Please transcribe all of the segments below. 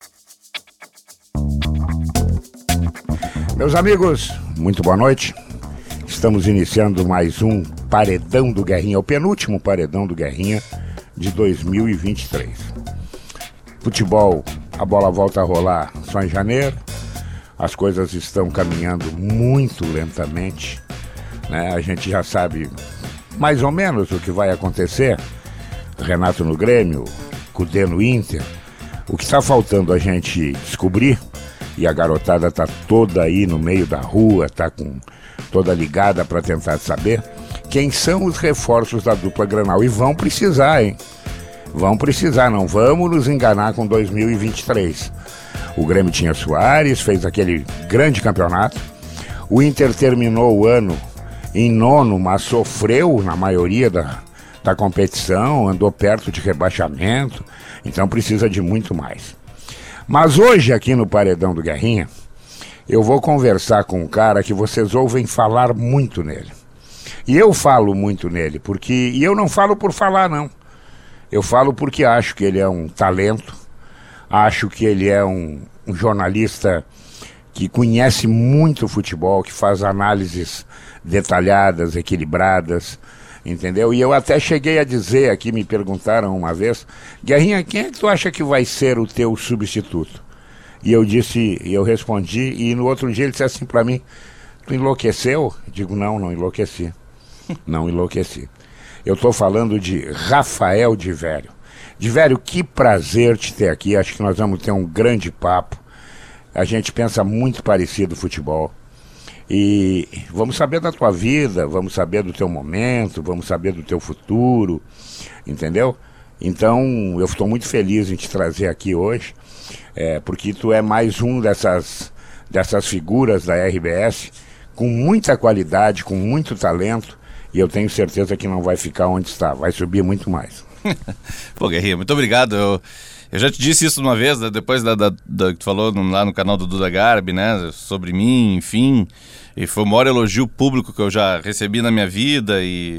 Meus amigos, muito boa noite. Estamos iniciando mais um Paredão do Guerrinha, o penúltimo Paredão do Guerrinha de 2023. Futebol, a bola volta a rolar só em janeiro. As coisas estão caminhando muito lentamente, né? A gente já sabe mais ou menos o que vai acontecer. Renato no Grêmio, Cudê no Inter. O que está faltando a gente descobrir, e a garotada está toda aí no meio da rua, está com toda ligada para tentar saber quem são os reforços da dupla Grenal. E vão precisar, hein? Vão precisar, não vamos nos enganar com 2023. O Grêmio tinha Soares, fez aquele grande campeonato. O Inter terminou o ano em nono, mas sofreu na maioria da competição, andou perto de rebaixamento, então precisa de muito mais. Mas hoje aqui no Paredão do Guerrinha, eu vou conversar com um cara que vocês ouvem falar muito nele. E eu falo muito nele, e eu não falo por falar, não. Eu falo porque acho que ele é um talento, acho que ele é um jornalista que conhece muito futebol, que faz análises detalhadas, equilibradas, entendeu? E eu até cheguei a dizer aqui, me perguntaram uma vez, Guerrinha, quem é que tu acha que vai ser o teu substituto? E eu respondi, e no outro dia ele disse assim pra mim, tu enlouqueceu? Eu digo, não enlouqueci. Não enlouqueci. Eu tô falando de Rafael de Vério. De Vério, que prazer te ter aqui, acho que nós vamos ter um grande papo. A gente pensa muito parecido futebol. E vamos saber da tua vida, vamos saber do teu momento, vamos saber do teu futuro, entendeu? Então, eu estou muito feliz em te trazer aqui hoje, porque tu é mais um dessas figuras da RBS, com muita qualidade, com muito talento, e eu tenho certeza que não vai ficar onde está, vai subir muito mais. Pô, Guerrinha, muito obrigado. Eu já te disse isso uma vez, né, depois da que tu falou lá no canal do Duda Garbi, né, sobre mim, enfim, e foi o maior elogio público que eu já recebi na minha vida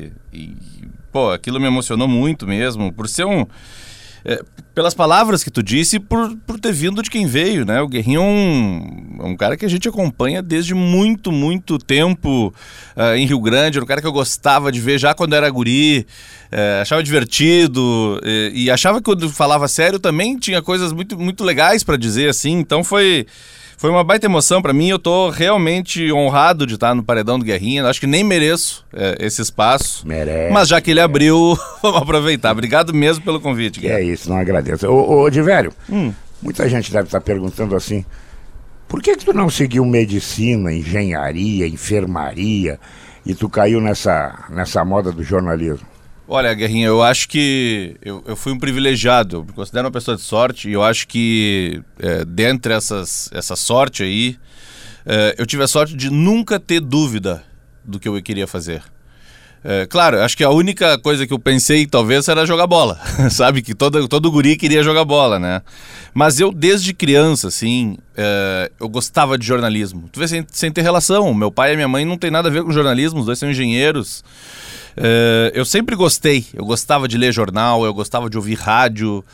pô, aquilo me emocionou muito mesmo, por ser pelas palavras que tu disse e por ter vindo de quem veio, né? O Guerrinho é um cara que a gente acompanha desde muito, muito tempo em Rio Grande, era um cara que eu gostava de ver já quando era guri, achava divertido e achava que quando falava sério também tinha coisas muito, muito legais para dizer, assim, então foi uma baita emoção pra mim, eu tô realmente honrado de estar no Paredão do Guerrinha, acho que nem mereço esse espaço. Merece. Mas já que ele abriu, vamos aproveitar. Obrigado mesmo pelo convite, Guerra. É isso, não agradeço. Ô de Vério, muita gente deve estar perguntando assim, por que tu não seguiu medicina, engenharia, enfermaria e tu caiu nessa moda do jornalismo? Olha, Guerrinha, eu acho que eu fui um privilegiado, eu me considero uma pessoa de sorte e eu acho que dentre essa sorte aí, eu tive a sorte de nunca ter dúvida do que eu queria fazer. Claro, acho que a única coisa que eu pensei talvez era jogar bola, sabe? Que todo guri queria jogar bola, né? Mas eu desde criança, assim, eu gostava de jornalismo. Tu vê, sem ter relação, meu pai e minha mãe não tem nada a ver com jornalismo, os dois são engenheiros. Eu sempre gostei, eu gostava de ler jornal, eu gostava de ouvir rádio,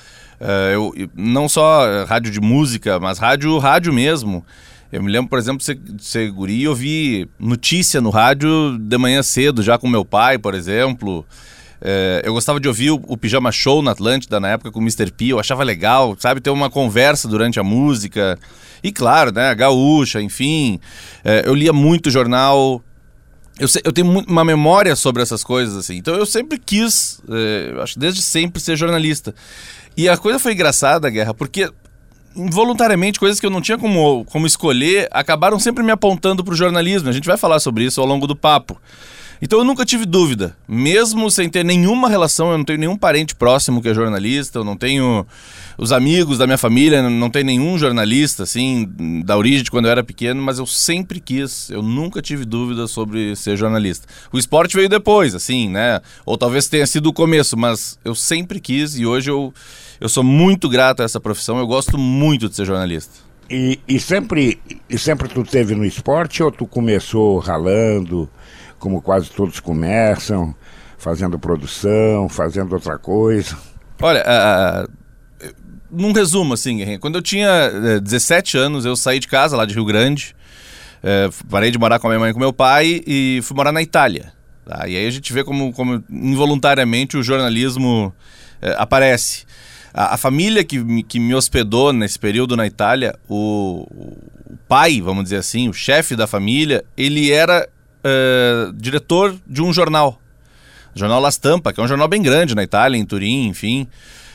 não só rádio de música, mas rádio mesmo. Eu me lembro, por exemplo, de ser guri e ouvir notícia no rádio de manhã cedo, já com meu pai, por exemplo. Eu gostava de ouvir o Pijama Show na Atlântida, na época com o Mr. P, eu achava legal, sabe, ter uma conversa durante a música. E claro, né, a gaúcha, enfim, eu lia muito jornal. Eu tenho uma memória sobre essas coisas, assim. Então eu sempre quis, acho que desde sempre, ser jornalista. E a coisa foi engraçada, Guerra, porque involuntariamente coisas que eu não tinha como escolher acabaram sempre me apontando para o jornalismo. A gente vai falar sobre isso ao longo do papo. Então eu nunca tive dúvida, mesmo sem ter nenhuma relação, eu não tenho nenhum parente próximo que é jornalista, eu não tenho os amigos da minha família, não tenho nenhum jornalista, assim, da origem de quando eu era pequeno, mas eu sempre quis, eu nunca tive dúvida sobre ser jornalista. O esporte veio depois, assim, né, ou talvez tenha sido o começo, mas eu sempre quis e hoje eu sou muito grato a essa profissão, eu gosto muito de ser jornalista. E sempre tu teve no esporte ou tu começou ralando, como quase todos começam, fazendo produção, fazendo outra coisa? Olha, num resumo, assim, Guerrinha, quando eu tinha 17 anos, eu saí de casa lá de Rio Grande, parei de morar com a minha mãe e com meu pai e fui morar na Itália. Tá? E aí a gente vê como involuntariamente o jornalismo aparece. A família que me hospedou nesse período na Itália, o pai, vamos dizer assim, o chefe da família, ele era diretor de um jornal. O jornal La Stampa, que é um jornal bem grande na Itália, em Turim, enfim.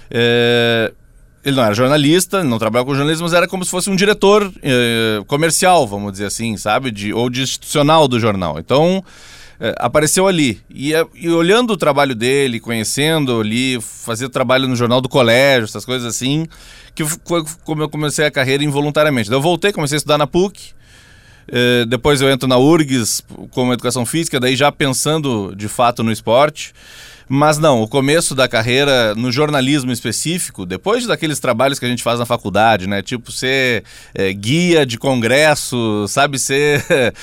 Ele não era jornalista, não trabalhava com jornalismo, mas era como se fosse um diretor comercial, vamos dizer assim, sabe? Ou de institucional do jornal. Então, apareceu ali. E olhando o trabalho dele, conhecendo ali, fazia trabalho no jornal do colégio, essas coisas assim, que foi como eu comecei a carreira involuntariamente. Daí eu voltei, comecei a estudar na PUC. Depois eu entro na URGS como educação física, daí já pensando de fato no esporte. Mas não, o começo da carreira no jornalismo específico, depois daqueles trabalhos que a gente faz na faculdade, né? Tipo ser guia de congresso, sabe? Ser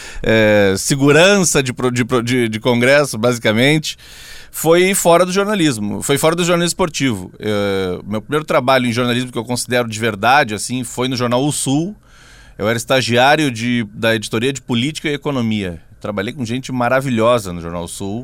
segurança de congresso, basicamente. Foi fora do jornalismo, foi fora do jornalismo esportivo. Meu primeiro trabalho em jornalismo que eu considero de verdade, assim, foi no jornal O Sul. Eu era estagiário da editoria de Política e Economia. Trabalhei com gente maravilhosa no Jornal Sul.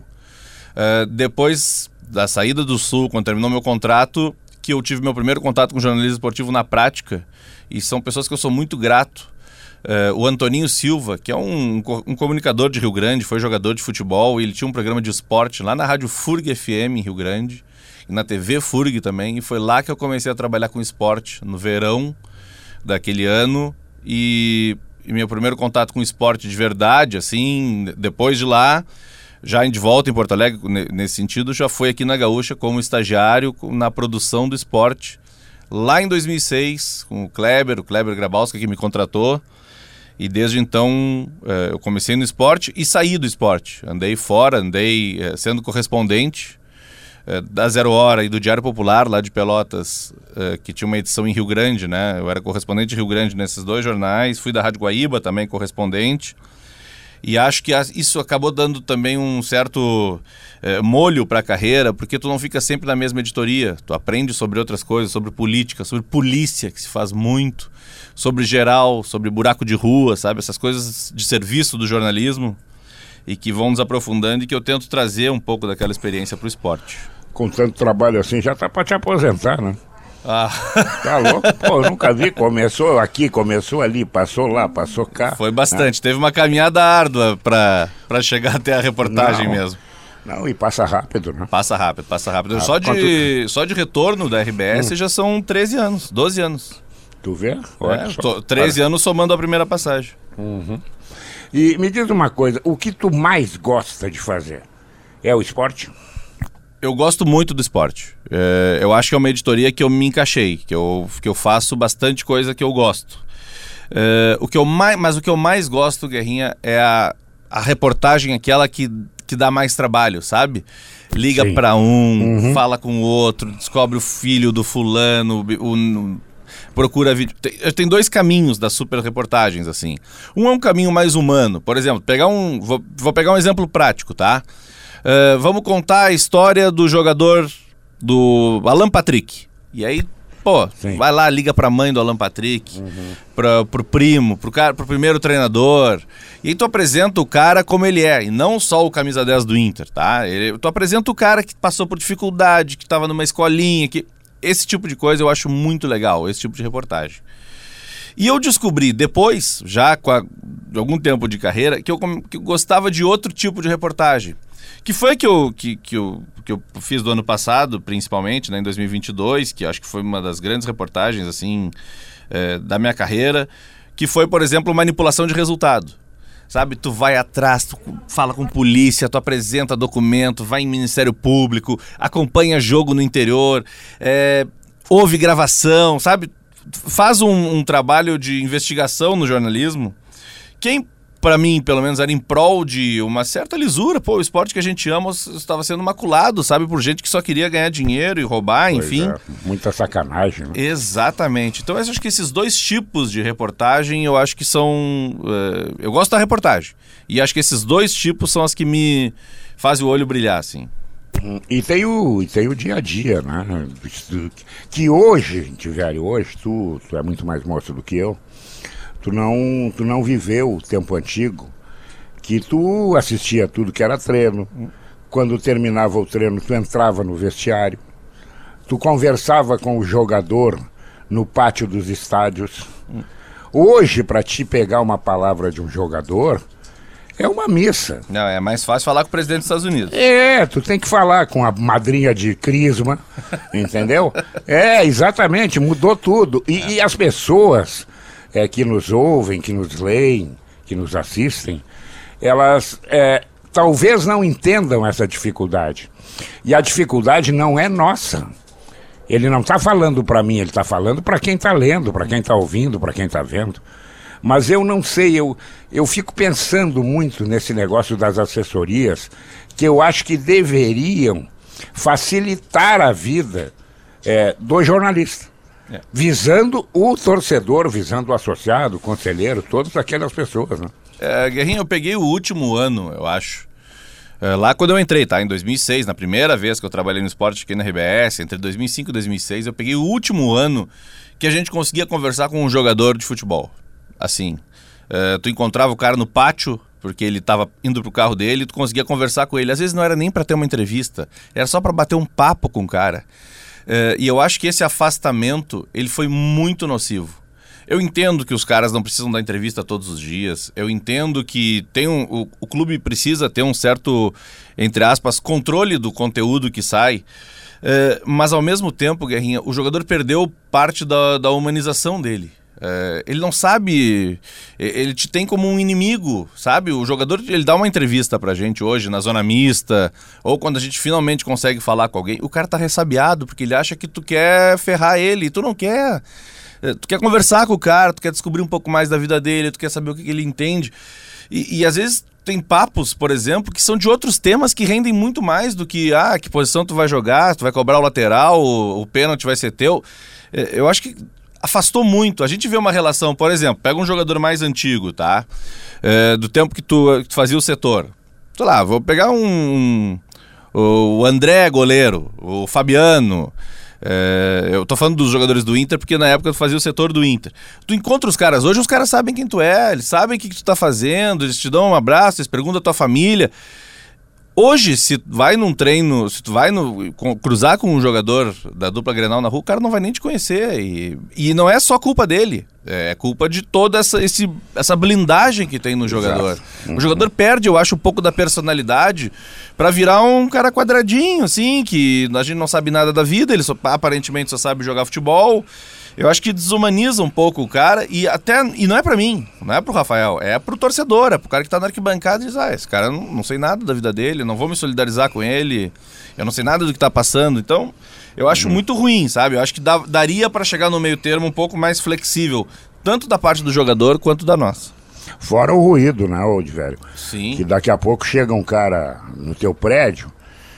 Depois da saída do Sul, quando terminou meu contrato, que eu tive meu primeiro contato com jornalismo esportivo na prática. E são pessoas que eu sou muito grato. O Antoninho Silva, que é um comunicador de Rio Grande, foi jogador de futebol, e ele tinha um programa de esporte lá na Rádio FURG FM em Rio Grande, e na TV FURG também. E foi lá que eu comecei a trabalhar com esporte, no verão daquele ano. E meu primeiro contato com esporte de verdade, assim, depois de lá, já de volta em Porto Alegre, nesse sentido, já foi aqui na Gaúcha como estagiário na produção do esporte. Lá em 2006, com o Kleber Grabowska, que me contratou. E desde então eu comecei no esporte e saí do esporte. Andei fora, sendo correspondente da Zero Hora e do Diário Popular, lá de Pelotas, que tinha uma edição em Rio Grande, né? Eu era correspondente de Rio Grande nesses dois jornais, fui da Rádio Guaíba também correspondente, e acho que isso acabou dando também um certo molho para a carreira, porque tu não fica sempre na mesma editoria, tu aprende sobre outras coisas, sobre política, sobre polícia, que se faz muito, sobre geral, sobre buraco de rua, sabe? Essas coisas de serviço do jornalismo, e que vão nos aprofundando, e que eu tento trazer um pouco daquela experiência para o esporte. Com tanto trabalho assim, já tá pra te aposentar, né? Ah. Tá louco? Pô, eu nunca vi. Começou aqui, começou ali, passou lá, passou cá. Foi bastante. Teve uma caminhada árdua pra chegar até a reportagem mesmo. Não, e passa rápido, né? Passa rápido. Só de retorno da RBS já são 13 anos, 12 anos. Tu vê? 13 anos somando a primeira passagem. Uhum. E me diz uma coisa, o que tu mais gosta de fazer? É o esporte? Eu gosto muito do esporte. Eu acho que é uma editoria que eu me encaixei, que eu faço bastante coisa que eu gosto. Mas o que eu mais gosto, Guerrinha, é a reportagem, aquela que dá mais trabalho, sabe? Liga para fala com o outro, descobre o filho do fulano, procura vídeo. Tem dois caminhos das super reportagens, assim. Um é um caminho mais humano. Por exemplo, vou pegar um exemplo prático, tá? Vamos contar a história do jogador do Alan Patrick. E aí, vai lá, liga pra mãe do Alan Patrick, pro primo, pro primeiro treinador. E aí tu apresenta o cara como ele é, e não só o camisa 10 do Inter, tá? Tu apresenta o cara que passou por dificuldade, que tava numa escolinha, esse tipo de coisa eu acho muito legal, esse tipo de reportagem. E eu descobri depois, já com algum tempo de carreira, que eu gostava de outro tipo de reportagem. Que foi que eu fiz do ano passado, principalmente, né, em 2022, que acho que foi uma das grandes reportagens assim, da minha carreira, que foi, por exemplo, manipulação de resultado. Sabe, tu vai atrás, tu fala com polícia, tu apresenta documento, vai em Ministério Público, acompanha jogo no interior, ouve gravação, sabe? Faz um trabalho de investigação no jornalismo, para mim, pelo menos, era em prol de uma certa lisura. O esporte que a gente ama estava sendo maculado, sabe? Por gente que só queria ganhar dinheiro e roubar, enfim. Muita sacanagem, né? Exatamente. Então, eu acho que esses dois tipos de reportagem, eu acho que são... eu gosto da reportagem. E acho que esses dois tipos são as que me fazem o olho brilhar, assim. E tem o dia a dia, né? Que hoje, Tivério, hoje tu é muito mais moço do que eu, tu não viveu o tempo antigo, que tu assistia tudo que era treino. Quando terminava o treino, tu entrava no vestiário, tu conversava com o jogador no pátio dos estádios. Hoje, para te pegar uma palavra de um jogador, é uma missa. Não, é mais fácil falar com o presidente dos Estados Unidos. Tu tem que falar com a madrinha de crisma, entendeu? Exatamente, mudou tudo. E as pessoas que nos ouvem, que nos leem, que nos assistem, elas talvez não entendam essa dificuldade. E a dificuldade não é nossa. Ele não está falando para mim, ele está falando para quem está lendo, para quem está ouvindo, para quem está vendo. Mas eu não sei, eu fico pensando muito nesse negócio das assessorias, que eu acho que deveriam facilitar a vida do jornalista, visando o torcedor, visando o associado, o conselheiro, todas aquelas pessoas, né? Guerrinha, eu peguei o último ano, eu acho, lá quando eu entrei, tá? Em 2006, na primeira vez que eu trabalhei no esporte aqui na RBS, entre 2005 e 2006, eu peguei o último ano que a gente conseguia conversar com um jogador de futebol. Assim, tu encontrava o cara no pátio, porque ele estava indo pro carro dele, e tu conseguia conversar com ele. Às vezes não era nem para ter uma entrevista, era só para bater um papo com o cara. E eu acho que esse afastamento, ele foi muito nocivo. Eu entendo que os caras não precisam dar entrevista todos os dias, eu entendo que o clube precisa ter um certo, entre aspas, controle do conteúdo que sai, mas ao mesmo tempo, Guerrinha, o jogador perdeu parte da humanização dele. Ele não sabe, ele te tem como um inimigo, sabe? O jogador, ele dá uma entrevista pra gente hoje na zona mista, ou quando a gente finalmente consegue falar com alguém, o cara tá ressabiado, porque ele acha que tu quer ferrar ele, e tu não quer. Tu quer conversar com o cara, tu quer descobrir um pouco mais da vida dele, tu quer saber o que ele entende. E às vezes tem papos, por exemplo, que são de outros temas que rendem muito mais do que que posição tu vai jogar, tu vai cobrar o lateral, o pênalti vai ser teu. Eu acho que afastou muito. A gente vê uma relação, por exemplo, pega um jogador mais antigo, tá? Do tempo que tu fazia o setor. Sei lá, vou pegar o André goleiro, o Fabiano. Eu tô falando dos jogadores do Inter porque na época tu fazia o setor do Inter. Tu encontra os caras hoje, os caras sabem quem tu é, eles sabem o que tu tá fazendo, eles te dão um abraço, eles perguntam a tua família. Hoje, se tu vai num treino, se tu vai cruzar com um jogador da dupla Grenal na rua, o cara não vai nem te conhecer. E não é só culpa dele, é culpa de toda essa blindagem que tem no jogador. O jogador perde, eu acho, um pouco da personalidade pra virar um cara quadradinho, assim, que a gente não sabe nada da vida, ele aparentemente só sabe jogar futebol. Eu acho que desumaniza um pouco o cara e não é pra mim, não é pro Rafael, é pro torcedor, é pro cara que tá na arquibancada e diz, esse cara não sei nada da vida dele, não vou me solidarizar com ele, eu não sei nada do que tá passando. Então, eu acho muito ruim, sabe? Eu acho que daria pra chegar no meio termo um pouco mais flexível, tanto da parte do jogador quanto da nossa. Fora o ruído, né, Odvério? Sim. Que daqui a pouco chega um cara no teu prédio,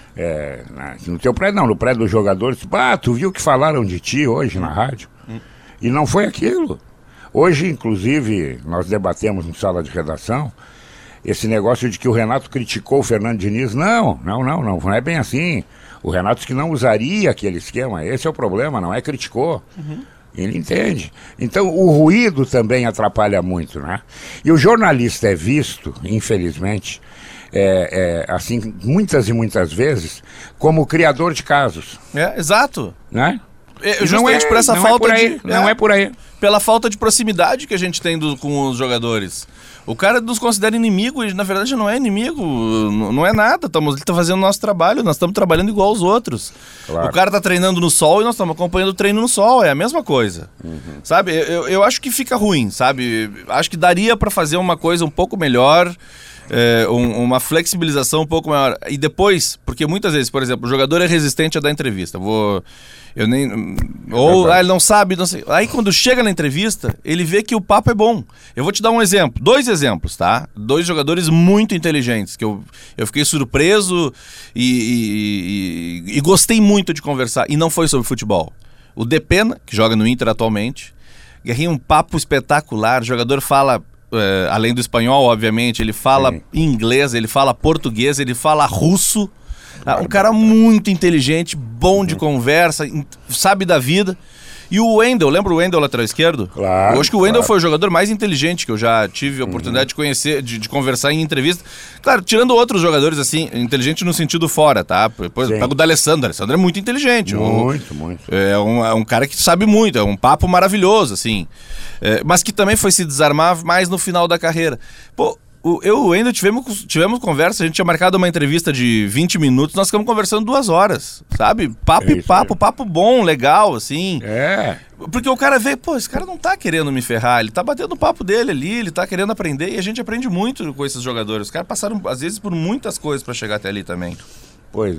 no teu prédio não, no prédio dos jogadores, tu viu o que falaram de ti hoje na rádio? E não foi aquilo. Hoje, inclusive, nós debatemos em sala de redação esse negócio de que o Renato criticou o Fernando Diniz. Não é bem assim. O Renato disse que não usaria aquele esquema, esse é o problema, não é criticou. Ele entende. Então, o ruído também atrapalha muito, né? E o jornalista é visto, infelizmente, assim, muitas e muitas vezes, como criador de casos. Exato. Né? Justamente por essa falta de... Não é por aí. Pela falta de proximidade que a gente tem com os jogadores. O cara nos considera inimigo e na verdade não é inimigo, não é nada. Ele tá fazendo o nosso trabalho, nós estamos trabalhando igual aos outros. Claro. O cara tá treinando no sol e nós estamos acompanhando o treino no sol, é a mesma coisa. Sabe, eu acho que fica ruim, sabe? Acho que daria para fazer uma coisa um pouco melhor, uma flexibilização um pouco maior. E depois, porque muitas vezes, por exemplo, o jogador é resistente a dar entrevista. Ele não sabe, não sei. Aí quando chega na entrevista, ele vê que o papo é bom. Eu vou te dar um exemplo, 2 exemplos, tá? 2 jogadores muito inteligentes, que eu fiquei surpreso e gostei muito de conversar. E não foi sobre futebol. O Depena, que joga no Inter atualmente, Guerrinha, um papo espetacular. O jogador fala, além do espanhol, obviamente, ele fala inglês, ele fala português, ele fala russo. Um cara muito inteligente, bom de conversa, sabe da vida. E o Wendel, lembra o Wendel, lateral esquerdo? Claro. Eu acho que o Wendel foi o jogador mais inteligente que eu já tive a oportunidade de conhecer, de conversar em entrevista. Claro, tirando outros jogadores, assim, inteligente no sentido fora, tá? Depois pega o D'Alessandro. O D'Alessandro é muito inteligente. Muito. É um cara que sabe muito, é um papo maravilhoso, assim. Mas que também foi se desarmar mais no final da carreira. Pô, eu e o Wendel tivemos conversa, a gente tinha marcado uma entrevista de 20 minutos, nós ficamos conversando 2 horas, sabe? Papo bom, legal, assim. Porque o cara vê, pô, esse cara não tá querendo me ferrar, ele tá batendo o papo dele ali, ele tá querendo aprender, e a gente aprende muito com esses jogadores. Os caras passaram, às vezes, por muitas coisas pra chegar até ali também. Pois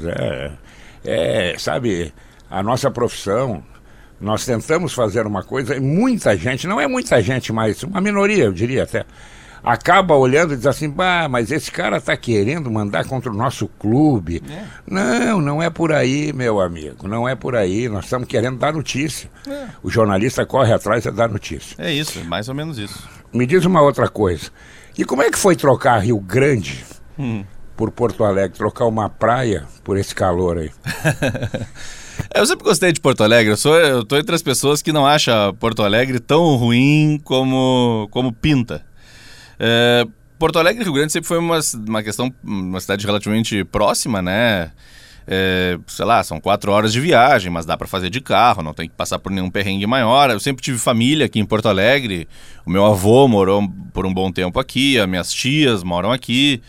sabe, a nossa profissão, nós tentamos fazer uma coisa, e muita gente, não é muita gente, mas uma minoria, eu diria até, acaba olhando e diz assim, mas esse cara tá querendo mandar contra o nosso clube. Não é por aí, meu amigo, não é por aí, nós estamos querendo dar notícia. O jornalista corre atrás e dá notícia. É isso, mais ou menos isso. Me diz uma outra coisa, e como é que foi trocar Rio Grande por Porto Alegre, trocar uma praia por esse calor aí? Eu sempre gostei de Porto Alegre, eu tô entre as pessoas que não acham Porto Alegre tão ruim como pinta. Porto Alegre e Rio Grande sempre foi uma questão, uma cidade relativamente próxima, né? Sei lá, são 4 horas de viagem, mas dá pra fazer de carro, não tem que passar por nenhum perrengue maior. Eu sempre tive família aqui em Porto Alegre, o meu avô morou por um bom tempo aqui, as minhas tias moram aqui.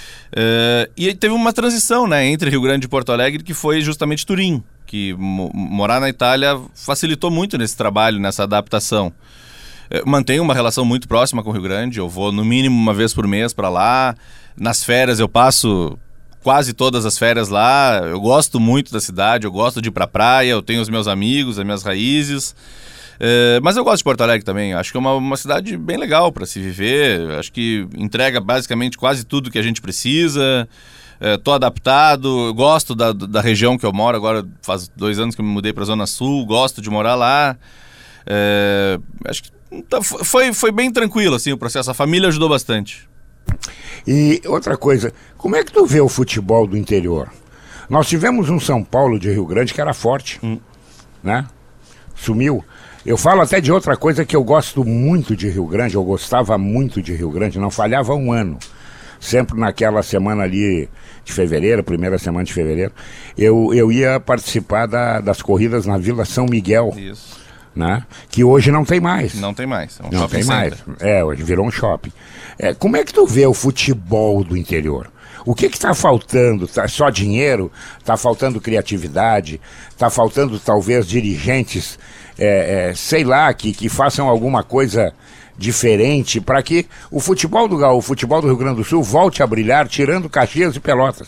E aí teve uma transição, né, entre Rio Grande e Porto Alegre, que foi justamente Turim, que morar na Itália facilitou muito nesse trabalho, nessa adaptação. Mantenho uma relação muito próxima com o Rio Grande, eu vou no mínimo uma vez por mês para lá. Nas férias eu passo quase todas as férias lá, eu gosto muito da cidade, eu gosto de ir pra praia, eu tenho os meus amigos, as minhas raízes. Mas eu gosto de Porto Alegre também, acho que é uma cidade bem legal para se viver, acho que entrega basicamente quase tudo que a gente precisa. Tô adaptado, eu gosto da região que eu moro, agora faz 2 anos que eu me mudei pra Zona Sul, gosto de morar lá. Acho que foi bem tranquilo assim, o processo, a família ajudou bastante. E outra coisa, como é que tu vê o futebol do interior? Nós tivemos um São Paulo de Rio Grande que era forte, né? Sumiu. Eu falo até de outra coisa que eu gosto muito de Rio Grande, eu gostava muito de Rio Grande, não falhava um ano. Sempre naquela semana ali de fevereiro, primeira semana de fevereiro, eu ia participar das corridas na Vila São Miguel. Isso. Né? Que hoje não tem mais. Não tem mais. É um não tem center. Mais. Hoje virou um shopping. Como é que tu vê o futebol do interior? O que está faltando? Tá só dinheiro? Está faltando criatividade? Está faltando talvez dirigentes, sei lá, que façam alguma coisa diferente para que o futebol do Rio Grande do Sul volte a brilhar, tirando Caxias e Pelotas?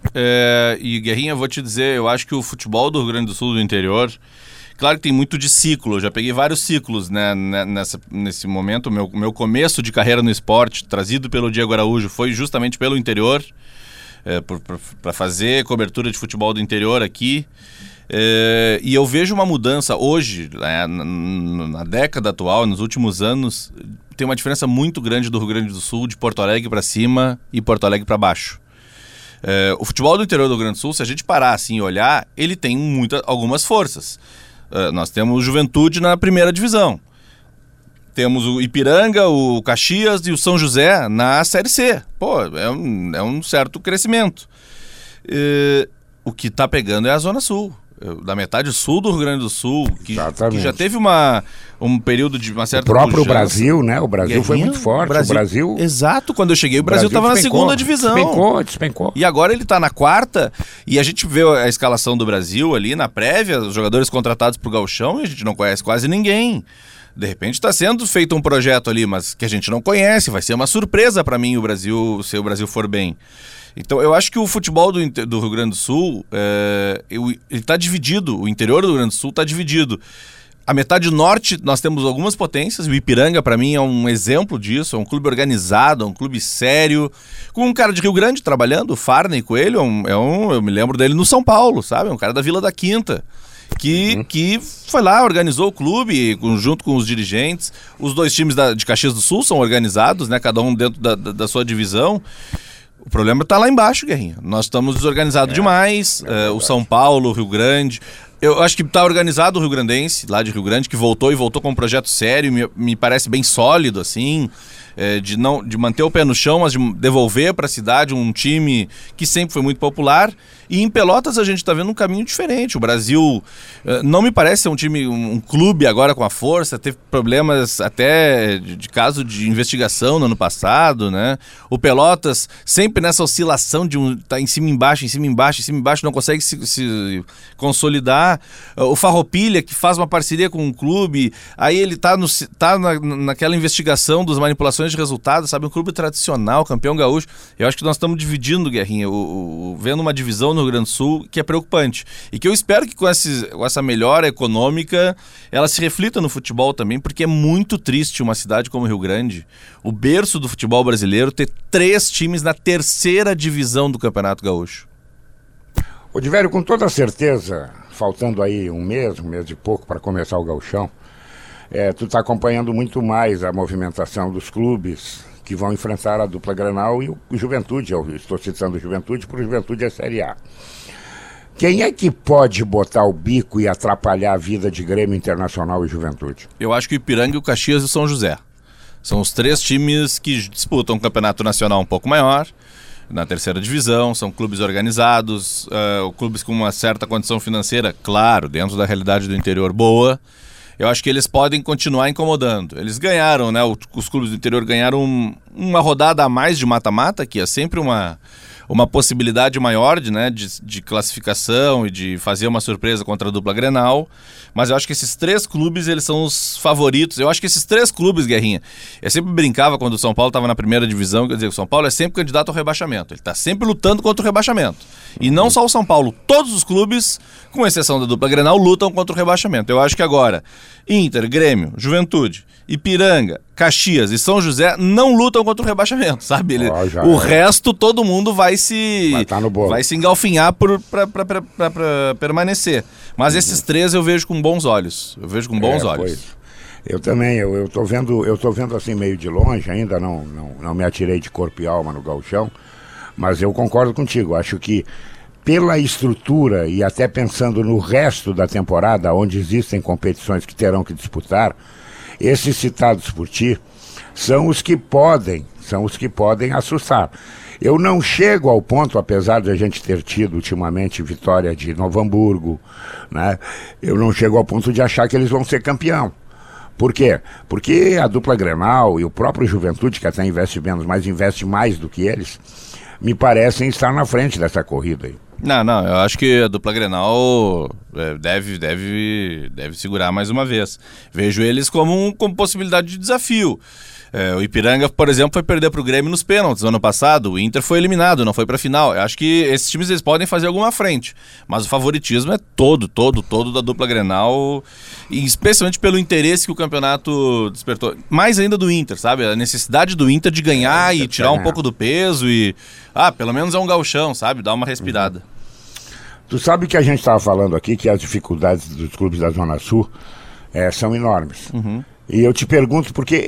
E Guerrinha, vou te dizer, eu acho que o futebol do Rio Grande do Sul do interior, claro que tem muito de ciclo, eu já peguei vários ciclos, né, nesse momento. O meu começo de carreira no esporte, trazido pelo Diego Araújo, foi justamente pelo interior, para fazer cobertura de futebol do interior aqui. E eu vejo uma mudança hoje, né, na década atual, nos últimos anos, tem uma diferença muito grande do Rio Grande do Sul, de Porto Alegre para cima e Porto Alegre para baixo. O futebol do interior do Rio Grande do Sul, se a gente parar assim e olhar, ele tem algumas forças. Nós temos Juventude na primeira divisão. Temos o Ipiranga, o Caxias e o São José na Série C. Pô, é um certo crescimento. O que está pegando é a Zona Sul. Da metade sul do Rio Grande do Sul, que já teve um período de uma certa... O próprio pujança. Brasil, né? O Brasil foi muito forte. O Brasil... Exato, quando eu cheguei o Brasil estava na segunda divisão. Despencou. E agora ele está na 4ª, e a gente vê a escalação do Brasil ali na prévia, os jogadores contratados pro Gauchão, e a gente não conhece quase ninguém. De repente está sendo feito um projeto ali, mas que a gente não conhece, vai ser uma surpresa para mim se o Brasil for bem. Então eu acho que o futebol do Rio Grande do Sul, ele está dividido, o interior do Rio Grande do Sul está dividido. A metade norte nós temos algumas potências, o Ipiranga para mim é um exemplo disso, é um clube organizado, é um clube sério, com um cara de Rio Grande trabalhando, o Farney Coelho, eu me lembro dele no São Paulo, sabe? É um cara da Vila da Quinta. Que foi lá, organizou o clube junto com os dirigentes. Os 2 times de Caxias do Sul são organizados, né? Cada um dentro da sua divisão. O problema está lá embaixo, Guerrinha. Nós estamos desorganizados demais. O São Paulo, o Rio Grande. Eu acho que está organizado o Rio Grandense, lá de Rio Grande, que voltou com um projeto sério, me parece bem sólido, assim, de manter o pé no chão, mas de devolver para a cidade um time que sempre foi muito popular. E em Pelotas a gente está vendo um caminho diferente. O Brasil não me parece ser um clube agora com a força, teve problemas até de caso de investigação no ano passado, né? O Pelotas sempre nessa oscilação de tá em cima, embaixo, em cima, embaixo, em cima, embaixo, não consegue se consolidar. O Farroupilha, que faz uma parceria com um clube, aí ele tá naquela investigação das manipulações de resultados, sabe? Um clube tradicional, campeão gaúcho. Eu acho que nós estamos dividindo, Guerrinha, vendo uma divisão no Rio Grande do Sul que é preocupante. E que eu espero que com essa melhora econômica ela se reflita no futebol também, porque é muito triste uma cidade como Rio Grande, o berço do futebol brasileiro, ter 3 times na 3ª divisão do Campeonato Gaúcho. Odivério, com toda certeza, faltando aí um mês e pouco para começar o gauchão, tu está acompanhando muito mais a movimentação dos clubes que vão enfrentar a dupla Grenal e o Juventude. Eu estou citando o Juventude, porque o Juventude é Série A. Quem é que pode botar o bico e atrapalhar a vida de Grêmio Internacional e Juventude? Eu acho que o Ipiranga, o Caxias e o São José. São os 3 times que disputam um campeonato nacional um pouco maior, na 3ª divisão, são clubes organizados, clubes com uma certa condição financeira, claro, dentro da realidade do interior, boa. Eu acho que eles podem continuar incomodando. Eles ganharam, né? Os clubes do interior ganharam uma rodada a mais de mata-mata, que é sempre uma possibilidade maior de classificação e de fazer uma surpresa contra a dupla Grenal. Mas eu acho que esses 3 clubes, eles são os favoritos. Eu acho que esses 3 clubes, Guerrinha, eu sempre brincava quando o São Paulo estava na 1ª divisão, quer dizer, o São Paulo é sempre candidato ao rebaixamento. Ele está sempre lutando contra o rebaixamento. E não só o São Paulo, todos os clubes, com exceção da dupla Grenal, lutam contra o rebaixamento. Eu acho que agora, Inter, Grêmio, Juventude, Ipiranga, Caxias e São José não lutam contra o rebaixamento, sabe? O resto, todo mundo vai se engalfinhar para permanecer. Mas esses 3 eu vejo com bons olhos. Pois. Eu também, eu tô vendo assim meio de longe, ainda não me atirei de corpo e alma no gauchão, mas eu concordo contigo. Acho que pela estrutura e até pensando no resto da temporada, onde existem competições que terão que disputar, esses citados por ti são os que podem assustar. Eu não chego ao ponto, apesar de a gente ter tido ultimamente vitória de Novo Hamburgo, né? Eu não chego ao ponto de achar que eles vão ser campeão. Por quê? Porque a dupla Grenal e o próprio Juventude, que até investe menos, mas investe mais do que eles, me parecem estar na frente dessa corrida aí. Não, eu acho que a dupla Grenal deve segurar mais uma vez. Vejo eles como possibilidade de desafio. O Ipiranga, por exemplo, foi perder para o Grêmio nos pênaltis no ano passado. O Inter foi eliminado, não foi para a final. Eu acho que esses times eles podem fazer alguma frente, mas o favoritismo é todo da dupla Grenal, e especialmente pelo interesse que o campeonato despertou. Mais ainda do Inter, sabe? A necessidade do Inter de ganhar e tirar um pouco do peso e... pelo menos é um gauchão, sabe? Dá uma respirada. Tu sabe que a gente estava falando aqui que as dificuldades dos clubes da Zona Sul são enormes. E eu te pergunto, porque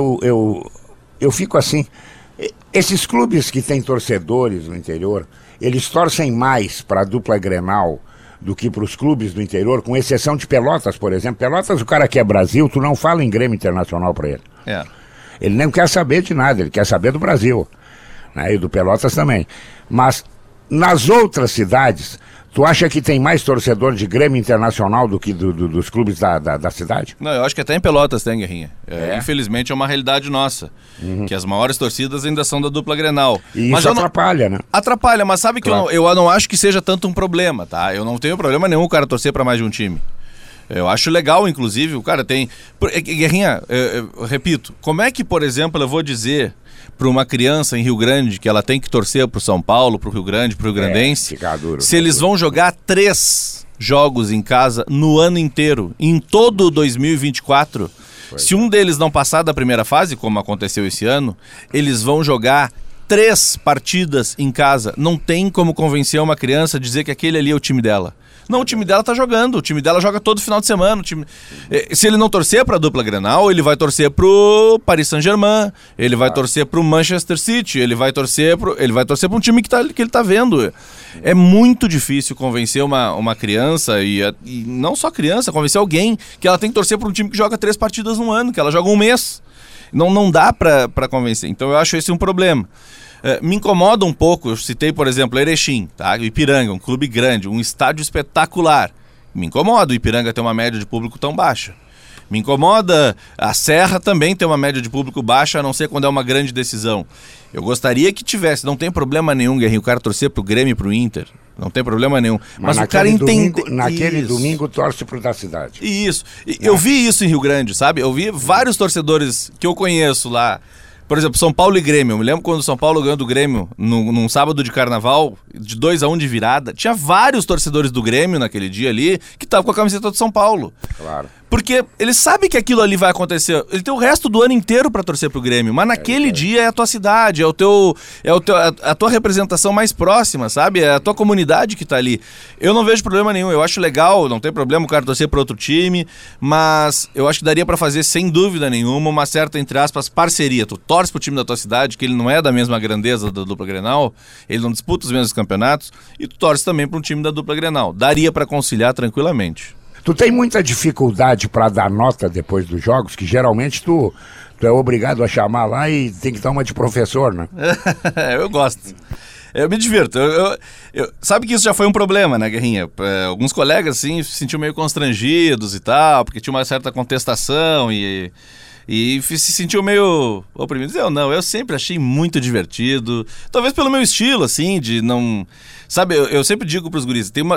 eu fico assim, esses clubes que têm torcedores no interior, eles torcem mais para a dupla Grenal do que para os clubes do interior, com exceção de Pelotas, por exemplo. Pelotas, o cara que é Brasil, tu não fala em Grêmio Internacional para ele. Ele nem quer saber de nada, ele quer saber do Brasil, né? E do Pelotas também. Mas nas outras cidades, tu acha que tem mais torcedor de Grêmio Internacional do que dos clubes da cidade? Não, eu acho que até em Pelotas tem, Guerrinha. Infelizmente é uma realidade nossa, que as maiores torcidas ainda são da dupla Grenal. E mas isso atrapalha, né? Atrapalha, mas sabe que eu não acho que seja tanto um problema, tá? Eu não tenho problema nenhum o cara torcer para mais de um time. Eu acho legal, inclusive, o cara tem... Guerrinha, eu repito, como é que, por exemplo, eu vou dizer para uma criança em Rio Grande que ela tem que torcer para o São Paulo, para o Rio Grande, para o Rio Grandense, se eles vão jogar 3 jogos em casa no ano inteiro, em todo 2024, se um deles não passar da primeira fase, como aconteceu esse ano, eles vão jogar 3 partidas em casa. Não tem como convencer uma criança a dizer que aquele ali é o time dela. Não, o time dela tá jogando, o time dela joga todo final de semana. Se ele não torcer pra dupla Grenal, ele vai torcer pro Paris Saint-Germain, ele vai torcer pro Manchester City, ele vai torcer pra um time que ele tá vendo. É muito difícil convencer uma criança, e não só criança, convencer alguém que ela tem que torcer pra um time que joga 3 partidas no ano, que ela joga um mês. Não dá pra convencer. Então eu acho esse um problema. Me incomoda um pouco, eu citei, por exemplo, Erechim, tá? O Ipiranga, um clube grande, um estádio espetacular. Me incomoda o Ipiranga ter uma média de público tão baixa. Me incomoda a Serra também ter uma média de público baixa, a não ser quando é uma grande decisão. Eu gostaria que tivesse, não tem problema nenhum, Guerrinho, o cara torcer pro Grêmio e pro Inter. Não tem problema nenhum. Mas o cara entende. Naquele domingo torce pro da cidade. Isso. Eu vi isso em Rio Grande, sabe? Eu vi vários torcedores que eu conheço lá. Por exemplo, São Paulo e Grêmio. Eu me lembro quando o São Paulo ganhou do Grêmio num sábado de carnaval, de 2-1 de virada. Tinha vários torcedores do Grêmio naquele dia ali que estavam com a camiseta do São Paulo. Claro. Porque ele sabe que aquilo ali vai acontecer. Ele tem o resto do ano inteiro pra torcer pro Grêmio, mas naquele dia é a tua cidade, a tua representação mais próxima, sabe? É a tua comunidade que tá ali. Eu não vejo problema nenhum, eu acho legal, não tem problema o cara torcer pra outro time, mas eu acho que daria pra fazer, sem dúvida nenhuma, uma certa, entre aspas, parceria. Tu torce pro time da tua cidade, que ele não é da mesma grandeza da dupla Grenal, ele não disputa os mesmos campeonatos, e tu torce também pra um time da dupla Grenal. Daria pra conciliar tranquilamente. Tu tem muita dificuldade para dar nota depois dos jogos, que geralmente tu é obrigado a chamar lá e tem que dar uma de professor, né? Eu gosto. Eu me divirto. Sabe que isso já foi um problema, né, Guerrinha? Alguns colegas, assim, se sentiam meio constrangidos e tal, porque tinha uma certa contestação e se sentiu meio oprimido. Eu sempre achei muito divertido. Talvez pelo meu estilo, assim, de não... Sabe, eu sempre digo pros guris, tem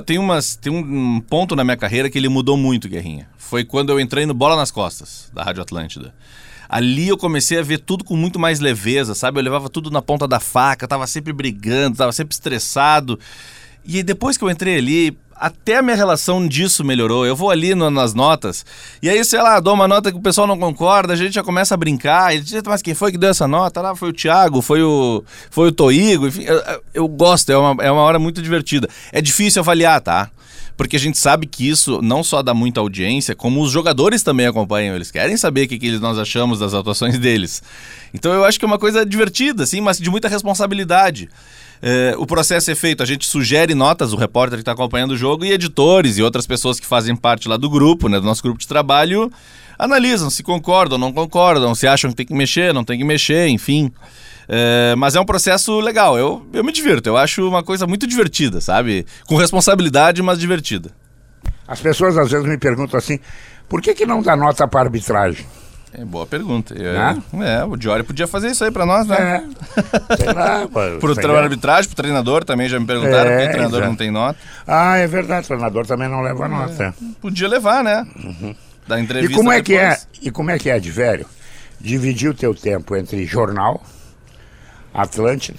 um ponto na minha carreira que ele mudou muito, Guerrinha. Foi quando eu entrei no Bola nas Costas, da Rádio Atlântida. Ali eu comecei a ver tudo com muito mais leveza, sabe? Eu levava tudo na ponta da faca, tava sempre brigando, tava sempre estressado. E depois que eu entrei ali, até a minha relação disso melhorou. Eu vou ali nas notas, e aí, sei lá, dou uma nota que o pessoal não concorda, a gente já começa a brincar, ele diz, mas quem foi que deu essa nota? Lá foi o Thiago, foi o Toigo, enfim, eu gosto, é uma hora muito divertida. É difícil avaliar, tá? Porque a gente sabe que isso não só dá muita audiência, como os jogadores também acompanham, eles querem saber o que nós achamos das atuações deles. Então eu acho que é uma coisa divertida, assim, mas de muita responsabilidade. O processo é feito, a gente sugere notas, o repórter que está acompanhando o jogo, e editores e outras pessoas que fazem parte lá do grupo, né, do nosso grupo de trabalho, analisam se concordam, não concordam, se acham que tem que mexer, não tem que mexer, enfim. Mas é um processo legal, eu me divirto, eu acho uma coisa muito divertida, sabe? Com responsabilidade, mas divertida. As pessoas às vezes me perguntam assim, por que não dá nota para arbitragem? É boa pergunta. O Diori podia fazer isso aí pra nós, né? Sei lá, pro arbitragem, pro treinador também já me perguntaram porque o treinador não tem nota. Ah, é verdade, o treinador também não leva nota. Podia levar, né? Uhum. Da entrevista. E como é que é, Advério? Dividir o teu tempo entre jornal, Atlântida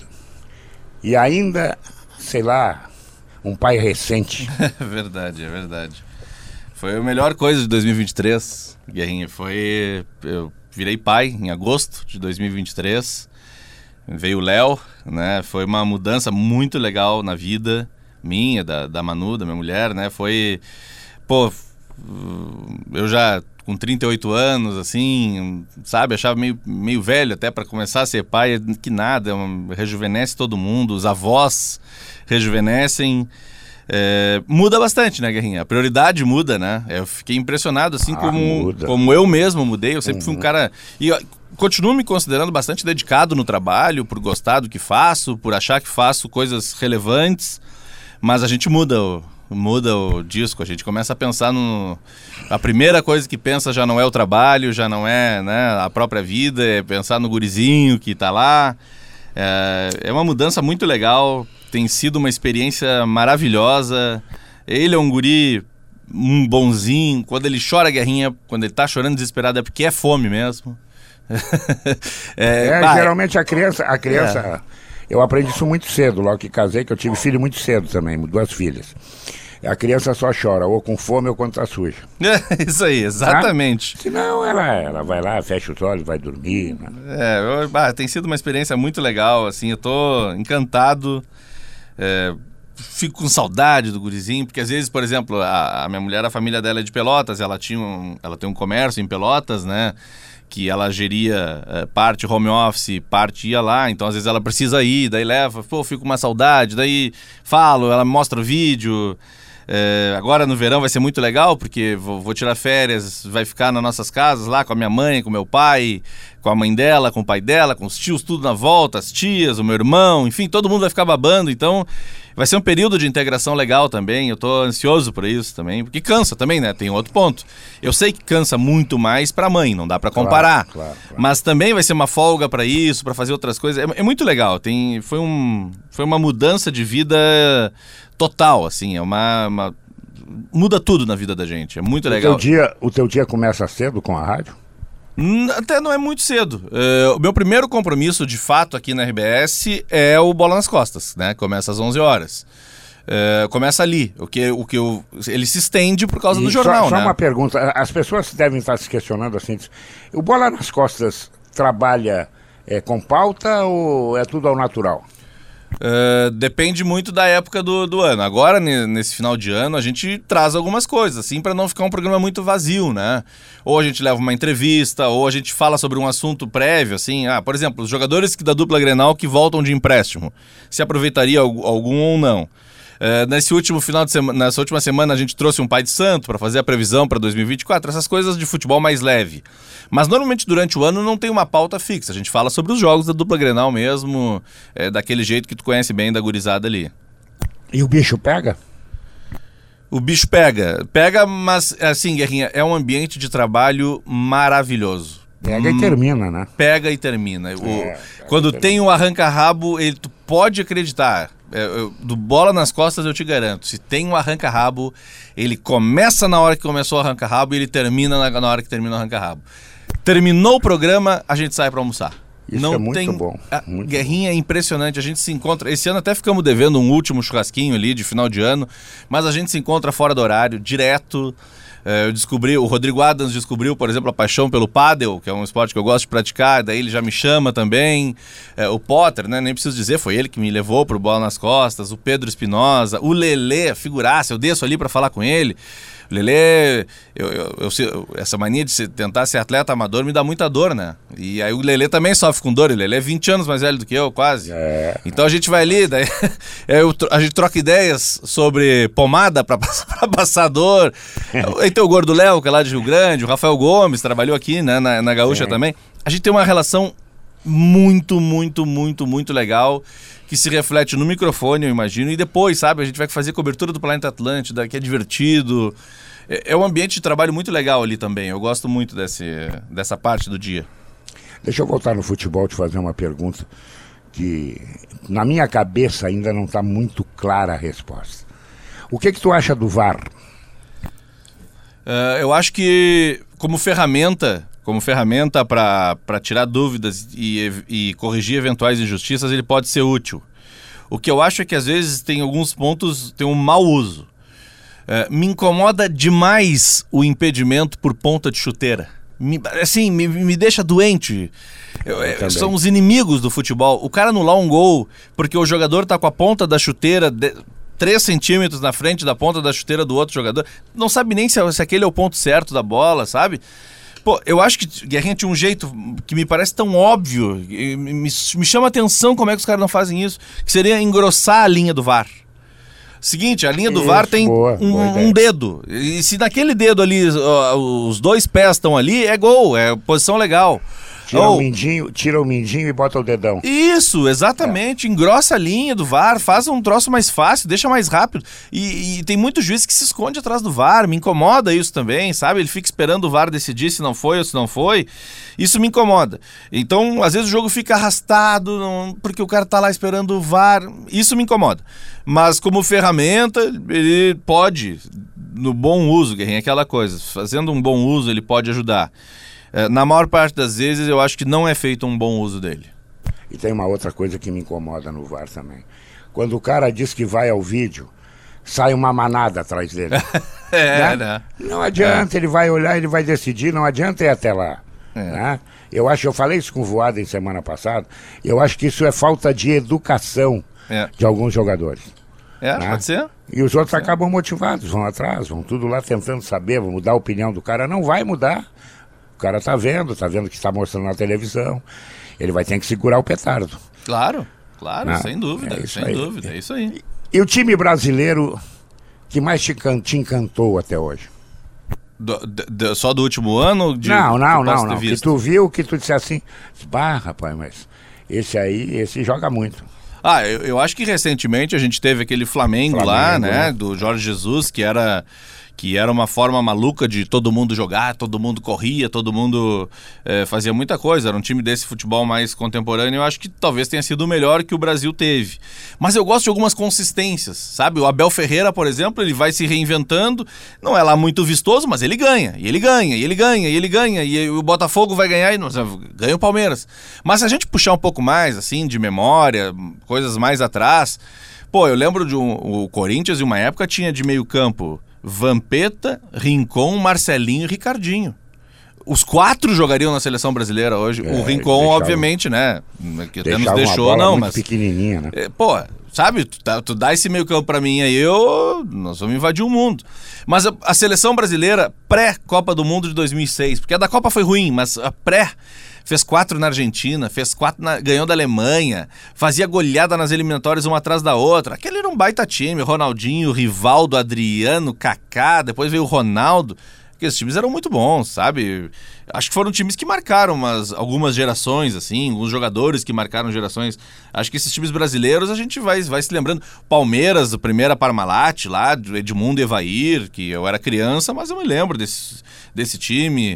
e ainda, sei lá, um pai recente. É verdade. Foi a melhor coisa de 2023, Guerrinha. Eu virei pai em agosto de 2023. Veio o Léo, né? Foi uma mudança muito legal na vida minha, da Manu, da minha mulher, né? Foi... eu já com 38 anos, assim, sabe? Achava meio velho até para começar a ser pai. Que nada, rejuvenesce todo mundo. Os avós rejuvenescem. Muda bastante, né, Guerrinha? A prioridade muda, né? Eu fiquei impressionado, assim, como eu mesmo mudei. Eu sempre fui um cara... E continuo me considerando bastante dedicado no trabalho, por gostar do que faço, por achar que faço coisas relevantes. Mas a gente muda o disco, a gente começa a pensar a primeira coisa que pensa já não é o trabalho, já não é, né, a própria vida, é pensar no gurizinho que tá lá. É uma mudança muito legal, tem sido uma experiência maravilhosa. Ele é um guri bonzinho, quando ele chora, Guerrinha, quando ele tá chorando desesperado é porque é fome mesmo. Geralmente a criança... Eu aprendi isso muito cedo, logo que casei, que eu tive filho muito cedo também, 2 filhas. A criança só chora, ou com fome ou quando tá suja. Isso aí, exatamente. Senão ela vai lá, fecha os olhos, vai dormir. Né? Tem sido uma experiência muito legal, assim, eu tô encantado. fico com saudade do gurizinho, porque às vezes, por exemplo, a minha mulher, a família dela é de Pelotas, ela tem um comércio em Pelotas, né? Que ela geria parte home office, parte ia lá, então às vezes ela precisa ir, daí leva, pô, fico com uma saudade, daí falo, ela me mostra o vídeo. Agora no verão vai ser muito legal, porque vou tirar férias, vai ficar nas nossas casas lá com a minha mãe, com meu pai, com a mãe dela, com o pai dela, com os tios, tudo na volta, as tias, o meu irmão, enfim, todo mundo vai ficar babando, então vai ser um período de integração legal também. Eu tô ansioso por isso também, porque cansa também, né? Tem outro ponto. Eu sei que cansa muito mais pra mãe, não dá pra comparar. Claro. Mas também vai ser uma folga pra isso, pra fazer outras coisas. É muito legal. Foi uma mudança de vida total, assim. Muda tudo na vida da gente. É muito legal. O teu dia começa cedo com a rádio? Até não é muito cedo. O meu primeiro compromisso, de fato, aqui na RBS é o Bola nas Costas, né? Começa às 11 horas. Começa ali. Ele se estende por causa do jornal, só né? uma pergunta. As pessoas devem estar se questionando assim. O Bola nas Costas trabalha com pauta ou é tudo ao natural? Depende muito da época do ano. Agora, nesse final de ano, a gente traz algumas coisas, assim, para não ficar um programa muito vazio, né? Ou a gente leva uma entrevista, ou a gente fala sobre um assunto prévio, assim. Por exemplo, os jogadores da dupla Grenal que voltam de empréstimo. Se aproveitaria algum ou não. Nessa última semana a gente trouxe um pai de santo para fazer a previsão para 2024, essas coisas de futebol mais leve. Mas normalmente durante o ano não tem uma pauta fixa, a gente fala sobre os jogos da dupla Grenal mesmo, daquele jeito que tu conhece bem da gurizada ali. E o bicho pega? O bicho pega, mas assim, Guerrinha, é um ambiente de trabalho maravilhoso. Pega e termina, né? Pega e termina. Quando tem o arranca-rabo, tu pode acreditar. Do Bola nas Costas eu te garanto, se tem um arranca-rabo, ele começa na hora que começou o arranca-rabo e ele termina na hora que termina o arranca-rabo. Terminou o programa, a gente sai para almoçar. Isso é muito bom. Guerrinha é impressionante, a gente se encontra. Esse ano até ficamos devendo um último churrasquinho ali de final de ano, mas a gente se encontra fora do horário, direto. O Rodrigo Adams descobriu, por exemplo, a paixão pelo pádel, que é um esporte que eu gosto de praticar, daí ele já me chama também. O Potter, né, nem preciso dizer, foi ele que me levou pro Bola nas Costas, o Pedro Espinosa, o Lelê, figuraça, eu desço ali para falar com ele. O Lelê, essa mania de tentar ser atleta amador me dá muita dor, né? E aí o Lelê também sofre com dor, o Lelê é 20 anos mais velho do que eu, quase. Então a gente vai ali, daí a gente troca ideias sobre pomada para passar dor. Aí tem o Gordo Léo, que é lá de Rio Grande, o Rafael Gomes, trabalhou aqui, né, na Gaúcha também. A gente tem uma relação muito, muito, muito, muito legal, que se reflete no microfone, eu imagino, e depois, sabe, a gente vai fazer cobertura do Planeta Atlântida, que é divertido. É um ambiente de trabalho muito legal ali também, eu gosto muito dessa parte do dia. Deixa eu voltar no futebol e te fazer uma pergunta que na minha cabeça ainda não está muito clara a resposta. O que tu acha do VAR? Eu acho que como ferramenta para tirar dúvidas e corrigir eventuais injustiças, ele pode ser útil. O que eu acho é que às vezes tem alguns pontos, tem um mau uso. Me incomoda demais o impedimento por ponta de chuteira. Me deixa doente. São os inimigos do futebol. O cara anular um gol porque o jogador tá com a ponta da chuteira 3 centímetros na frente da ponta da chuteira do outro jogador, não sabe nem se aquele é o ponto certo da bola, sabe? Pô, eu acho que Guerrinha tinha um jeito que me parece tão óbvio, me chama a atenção como é que os caras não fazem isso, que seria engrossar a linha do VAR. Seguinte, a linha do VAR tem um dedo, e se naquele dedo ali os 2 pés estão ali, é gol, é posição legal. Tira o mindinho e bota o dedão. Isso, exatamente. Engrossa a linha do VAR, faz um troço mais fácil, deixa mais rápido. E tem muito juiz que se esconde atrás do VAR, me incomoda isso também, sabe? Ele fica esperando o VAR decidir se não foi ou se não foi. Isso me incomoda. Então, às vezes o jogo fica arrastado, porque o cara tá lá esperando o VAR. Isso me incomoda. Mas como ferramenta, ele pode, no bom uso, Guerrinha, aquela coisa, fazendo um bom uso, ele pode ajudar. Na maior parte das vezes eu acho que não é feito um bom uso dele. E tem uma outra coisa que me incomoda no VAR também. Quando o cara diz que vai ao vídeo, sai uma manada atrás dele. Né? Não adianta, ele vai olhar, ele vai decidir, não adianta ir até lá. Né? Eu falei isso com o Voaden semana passada, eu acho que isso é falta de educação de alguns jogadores. né? Pode ser. E os outros acabam motivados, vão atrás, vão tudo lá tentando saber, vão mudar a opinião do cara. Não vai mudar. O cara tá vendo que está mostrando na televisão. Ele vai ter que segurar o petardo. Claro, Não, sem dúvida, é isso aí. E o time brasileiro que mais te encantou até hoje? Só do último ano? Não. Que tu viu, que tu disse assim, rapaz, mas esse joga muito. Eu acho que recentemente a gente teve aquele Flamengo lá, né, do Jorge Jesus, que era uma forma maluca de todo mundo jogar, todo mundo corria, todo mundo fazia muita coisa. Era um time desse futebol mais contemporâneo. Eu acho que talvez tenha sido o melhor que o Brasil teve. Mas eu gosto de algumas consistências, sabe? O Abel Ferreira, por exemplo, ele vai se reinventando. Não é lá muito vistoso, mas ele ganha. E ele ganha, e ele ganha, e ele ganha. E o Botafogo vai ganhar e ganha o Palmeiras. Mas se a gente puxar um pouco mais, assim, de memória, coisas mais atrás... Pô, eu lembro o Corinthians, em uma época, tinha de meio campo... Vampeta, Rincon, Marcelinho e Ricardinho. Os 4 jogariam na seleção brasileira hoje. O Rincon, obviamente, né? Que até nos deixou, não, mas... pequenininha, né? Sabe? Tu dá esse meio campo pra mim aí, nós vamos invadir o mundo. Mas a seleção brasileira, pré-Copa do Mundo de 2006, porque a da Copa foi ruim, mas a pré... Fez 4 na Argentina, fez 4 ganhou da Alemanha, fazia goleada nas eliminatórias uma atrás da outra. Aquele era um baita time, Ronaldinho, Rivaldo, Adriano, Kaká, depois veio o Ronaldo. Aqueles times eram muito bons, sabe? Acho que foram times que marcaram algumas gerações, assim, alguns jogadores que marcaram gerações. Acho que esses times brasileiros a gente vai se lembrando. Palmeiras, a primeira Parmalat lá, do Edmundo e Evair, que eu era criança, mas eu me lembro desse time.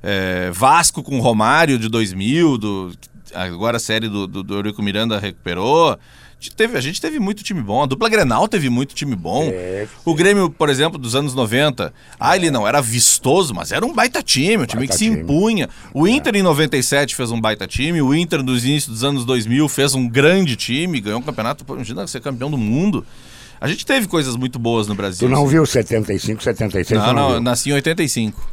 Vasco com Romário de 2000, agora a série do Eurico Miranda recuperou. A gente teve muito time bom, a dupla Grenal teve muito time bom. O Grêmio, por exemplo, dos anos 90, ele não era vistoso, mas era um baita time, um time que se impunha. O Inter em 97 fez um baita time, o Inter nos inícios dos anos 2000 fez um grande time, ganhou um campeonato, imagina ser campeão do mundo. A gente teve coisas muito boas no Brasil. Tu não viu 75, 76? Não, nasci em 85.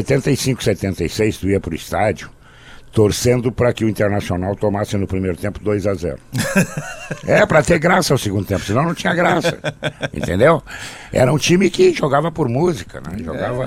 75, 76, tu ia pro estádio torcendo para que o Internacional tomasse no primeiro tempo 2-0. Para ter graça ao segundo tempo, senão não tinha graça. Entendeu? Era um time que jogava por música, né?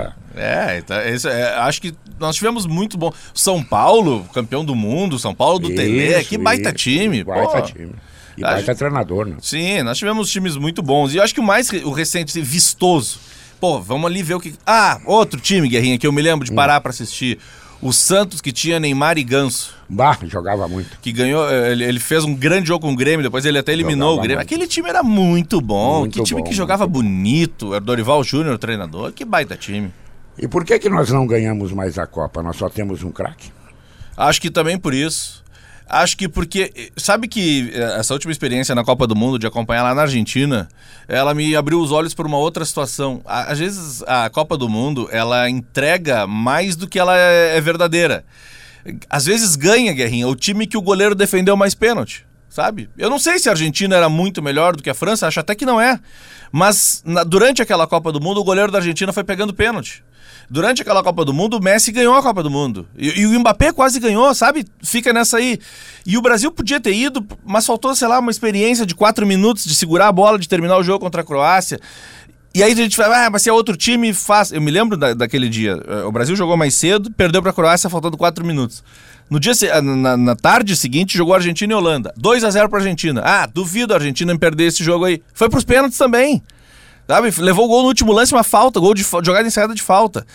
Acho que nós tivemos muito bom. São Paulo, campeão do mundo, São Paulo do Tele, que baita time. Baita time. E baita treinador, né? Sim, nós tivemos times muito bons. E eu acho que o recente, vistoso. Vamos ali ver o que... outro time, Guerrinha, que eu me lembro de parar para assistir. O Santos, que tinha Neymar e Ganso. Jogava muito. Que ganhou, ele fez um grande jogo com o Grêmio, depois ele até eliminou o Grêmio. Aquele time era muito bom, que time que jogava bonito. Era Dorival Júnior, o treinador, que baita time. E por que nós não ganhamos mais a Copa? Nós só temos um craque? Acho que também por isso. Acho que porque, sabe que essa última experiência na Copa do Mundo, de acompanhar lá na Argentina, ela me abriu os olhos para uma outra situação. Às vezes a Copa do Mundo, ela entrega mais do que ela é verdadeira. Às vezes ganha, Guerrinha, o time que o goleiro defendeu mais pênalti, sabe? Eu não sei se a Argentina era muito melhor do que a França, acho até que não é. Mas durante aquela Copa do Mundo, o goleiro da Argentina foi pegando pênalti. Durante aquela Copa do Mundo, o Messi ganhou a Copa do Mundo. E o Mbappé quase ganhou, sabe? Fica nessa aí. E o Brasil podia ter ido, mas faltou, sei lá, uma experiência de 4 minutos de segurar a bola, de terminar o jogo contra a Croácia. E aí a gente fala, mas se é outro time, faz. Eu me lembro daquele dia. O Brasil jogou mais cedo, perdeu para a Croácia faltando 4 minutos. No dia, na tarde seguinte, jogou Argentina e Holanda. 2-0 para a Argentina. Duvido a Argentina em perder esse jogo aí. Foi para os pênaltis também. Sabe? Levou o gol no último lance, uma falta, gol de jogada ensaiada de falta.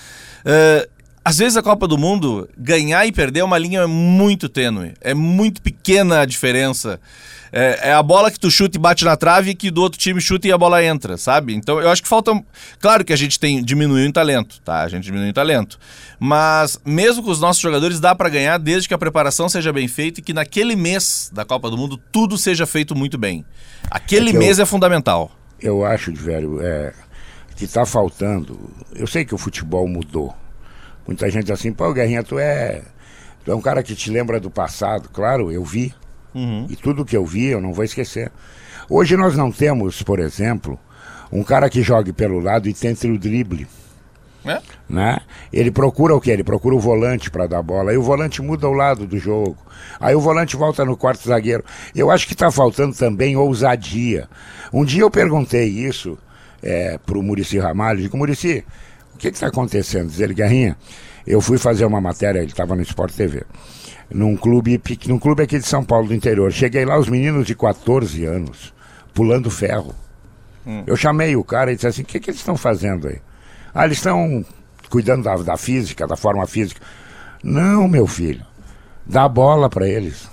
Às vezes a Copa do Mundo, ganhar e perder é uma linha muito tênue. É muito pequena a diferença. É a bola que tu chuta e bate na trave e que do outro time chuta e a bola entra, sabe? Então eu acho que falta... Claro que a gente diminuiu em talento, tá? A gente diminuiu em talento. Mas mesmo com os nossos jogadores dá pra ganhar desde que a preparação seja bem feita e que naquele mês da Copa do Mundo tudo seja feito muito bem. Aquele mês é fundamental. Eu acho, velho, que tá faltando... Eu sei que o futebol mudou. Muita gente diz assim, Guerrinha, tu é um cara que te lembra do passado. Claro, eu vi. E tudo que eu vi, eu não vou esquecer. Hoje nós não temos, por exemplo, um cara que jogue pelo lado e tente o drible. Né? Ele procura o quê? Ele procura o volante para dar bola. Aí o volante muda o lado do jogo. Aí o volante volta no quarto zagueiro. Eu acho que está faltando também ousadia. Um dia eu perguntei isso para o Muricy Ramalho. Digo, Muricy, o que está acontecendo? Diz ele, Guerrinha, eu fui fazer uma matéria, ele estava no Sport TV, num clube aqui de São Paulo do interior. Cheguei lá, os meninos de 14 anos, pulando ferro. Eu chamei o cara e disse assim, o que eles estão fazendo aí? Ah, eles estão cuidando da física, da forma física. Não, meu filho, dá bola para eles.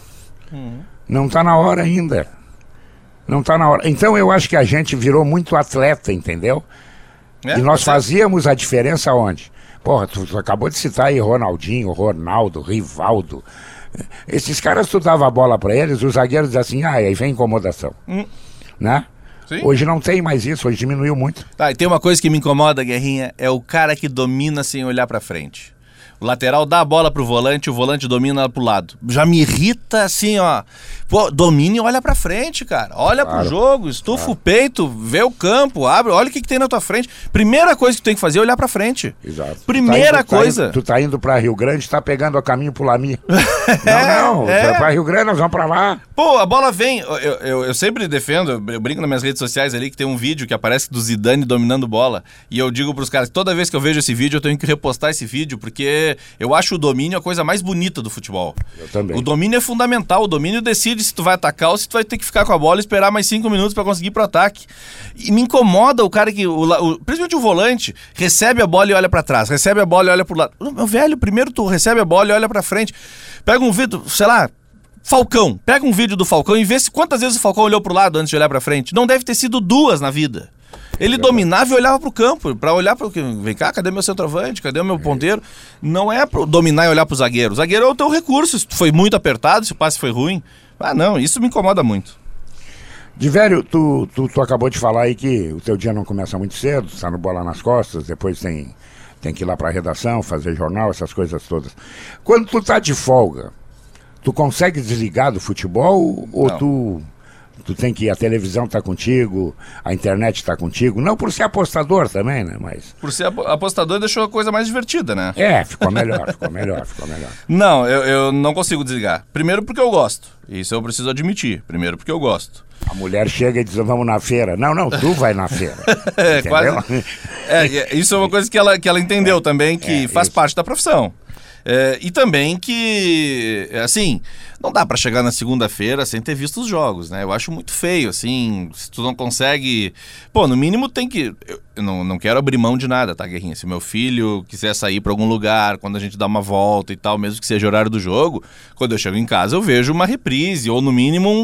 Não está na hora ainda. Não está na hora. Então eu acho que a gente virou muito atleta, entendeu? E nós fazíamos a diferença onde? Porra, tu acabou de citar aí Ronaldinho, Ronaldo, Rivaldo. Esses caras, tu dava a bola para eles, os zagueiros diziam assim, aí vem incomodação. Né? Sim. Hoje não tem mais isso, hoje diminuiu muito. Tá, e tem uma coisa que me incomoda, Guerrinha, é o cara que domina sem olhar pra frente. O lateral dá a bola pro volante, o volante domina pro lado. Já me irrita assim, ó. Pô, domina e olha pra frente, cara. Olha pro jogo, estufa o peito, vê o campo, abre, olha o que tem na tua frente. Primeira coisa que tu tem que fazer é olhar pra frente. Exato. Primeira coisa. Tu tá indo pra Rio Grande, tá pegando o caminho pro Lami. Não, pra Rio Grande nós vamos pra lá. Pô, a bola vem. Eu sempre defendo, eu brinco nas minhas redes sociais ali que tem um vídeo que aparece do Zidane dominando bola. E eu digo pros caras, toda vez que eu vejo esse vídeo, eu tenho que repostar esse vídeo, porque eu acho o domínio a coisa mais bonita do futebol. Eu também. O domínio é fundamental, o domínio decide se tu vai atacar ou se tu vai ter que ficar com a bola e esperar mais 5 minutos pra conseguir ir pro ataque. E me incomoda o cara que, principalmente o volante, recebe a bola e olha pra trás, recebe a bola e olha pro lado. Meu velho, primeiro tu recebe a bola e olha pra frente. Pega um vídeo, sei lá, Falcão, pega um vídeo do Falcão e vê quantas vezes o Falcão olhou pro lado antes de olhar pra frente. Não deve ter sido 2 na vida. Ele dominava e olhava pro campo, pra olhar pro... Vem cá, cadê meu centroavante? Cadê o meu ponteiro? Não é pra dominar e olhar pro zagueiro. O zagueiro é o teu recurso. Se foi muito apertado, se o passe foi ruim. Ah, não, isso me incomoda muito. Divério, tu acabou de falar aí que o teu dia não começa muito cedo, tá no Bola nas Costas, depois tem que ir lá pra redação, fazer jornal, essas coisas todas. Quando tu tá de folga, tu consegue desligar do futebol ou tu tem que... A televisão tá contigo, a internet tá contigo, não por ser apostador também, né, mas... Por ser apostador deixou a coisa mais divertida, né? Ficou melhor. Não, eu não consigo desligar. Primeiro porque eu gosto, isso eu preciso admitir. Primeiro porque eu gosto. A mulher chega e diz, vamos na feira. Não, tu vai na feira. Quase... isso é uma coisa que ela entendeu também, que faz parte da profissão. E também que, assim, não dá pra chegar na segunda-feira sem ter visto os jogos, né? Eu acho muito feio, assim, se tu não consegue... Pô, no mínimo tem que... Eu não quero abrir mão de nada, tá, Guerrinha? Se meu filho quiser sair pra algum lugar, quando a gente dá uma volta e tal, mesmo que seja horário do jogo, quando eu chego em casa eu vejo uma reprise, ou no mínimo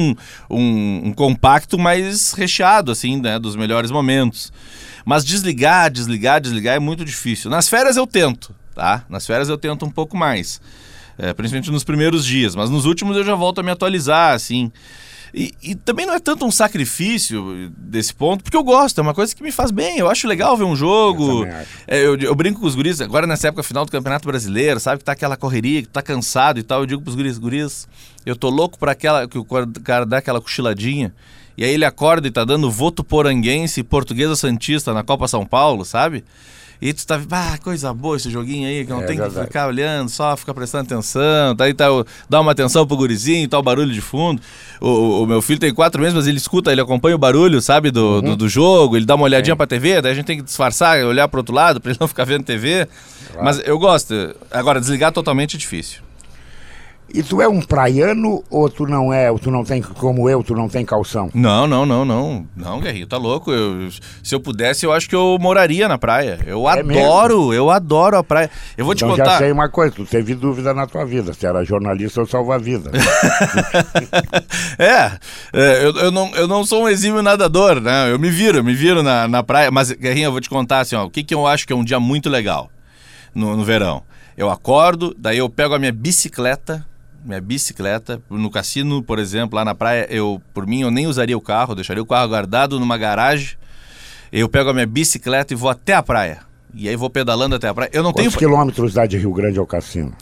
um compacto mais recheado, assim, né, dos melhores momentos. Mas desligar é muito difícil. Nas férias eu tento. Tá? Nas férias eu tento um pouco mais, principalmente nos primeiros dias, mas nos últimos eu já volto a me atualizar, assim. E também não é tanto um sacrifício desse ponto, porque eu gosto, é uma coisa que me faz bem, eu acho legal ver um jogo. Eu brinco com os guris, agora nessa época final do Campeonato Brasileiro, sabe, que tá aquela correria, que tá cansado e tal, eu digo pros guris, eu tô louco pra que o cara dá aquela cochiladinha, e aí ele acorda e tá dando Votuporanguense e Portuguesa Santista na Copa São Paulo, sabe? E tu tá, coisa boa esse joguinho aí, que não tem que ficar olhando, só ficar prestando atenção, daí dá uma atenção pro gurizinho, tá o barulho de fundo. O meu filho tem 4 meses, mas ele escuta, ele acompanha o barulho, sabe, do jogo, ele dá uma olhadinha pra TV, daí a gente tem que disfarçar, olhar pro outro lado, pra ele não ficar vendo TV. Claro. Mas eu gosto. Agora, desligar totalmente é difícil. E tu é um praiano ou tu não é, ou tu não tem, como eu, tu não tem calção? Não, Guerrinho, tá louco. Se eu pudesse, eu acho que eu moraria na praia. Eu adoro a praia. Eu vou te contar. Já sei uma coisa, tu teve dúvida na tua vida, se era jornalista ou salva-vida. Eu não sou um exímio nadador, né? Eu me viro na praia. Mas, Guerrinho, eu vou te contar assim, ó, o que eu acho que é um dia muito legal no verão. Eu acordo, daí eu pego a minha bicicleta, no cassino, por exemplo, lá na praia, por mim, eu nem usaria o carro, eu deixaria o carro guardado numa garagem, eu pego a minha bicicleta e vou até a praia. E aí vou pedalando até a praia. Eu não tenho... Quantos quilômetros dá de Rio Grande ao cassino?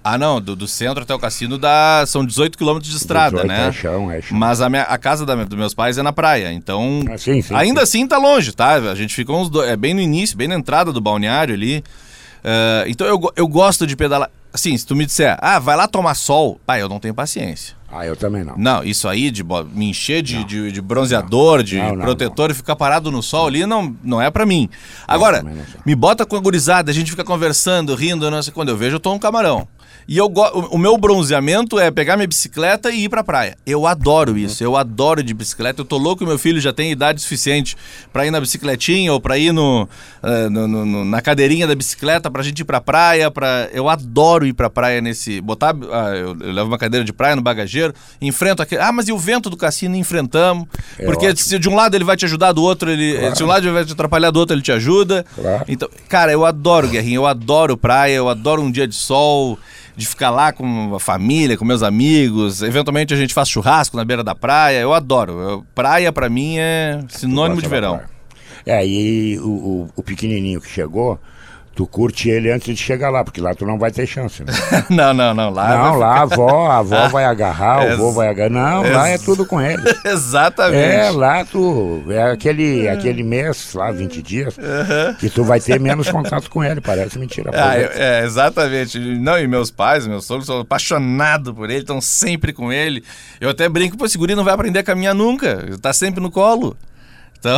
Ah, não, do centro até o cassino são 18 quilômetros de estrada, 18, né? É chão. Mas a casa dos meus pais é na praia, então Sim, ainda assim tá longe, tá? A gente fica é bem no início, bem na entrada do balneário ali. Então eu gosto de pedalar. Assim, se tu me disser, vai lá tomar sol, pai, eu não tenho paciência. Eu também não. Não, isso aí de me encher de bronzeador, de protetor e ficar parado no sol ali, não é pra mim. Agora, me bota com a gurizada, a gente fica conversando, rindo, não sei, quando eu vejo eu tô um camarão. E o meu bronzeamento é pegar minha bicicleta e ir pra praia. Eu adoro isso, eu adoro ir de bicicleta. Eu tô louco, meu filho já tem idade suficiente pra ir na bicicletinha ou pra ir na cadeirinha da bicicleta pra gente ir pra praia. Eu adoro ir pra praia eu levo uma cadeira de praia no bagageiro, enfrento aquele... mas e o vento do cassino? Enfrentamos. Porque se de um lado ele vai te ajudar, do outro Claro. se um lado ele vai te atrapalhar, do outro ele te ajuda. Claro. Então, cara, eu adoro, Guerrinho, eu adoro praia, eu adoro um dia de sol, de ficar lá com a família, com meus amigos. Eventualmente a gente faz churrasco na beira da praia. Eu adoro. Praia pra mim é sinônimo de verão. E o pequenininho que chegou, tu curte ele antes de chegar lá, porque lá tu não vai ter chance, né? Não. Lá a avó vai agarrar, o vô vai agarrar. Não, lá é tudo com ele. Exatamente. Lá tu... aquele mês, lá, 20 dias, que tu vai ter menos contato com ele, parece mentira. Exatamente. Não, e meus pais, meus sogros são apaixonados por ele, estão sempre com ele. Eu até brinco, esse guri não vai aprender a caminhar nunca, tá sempre no colo. Então,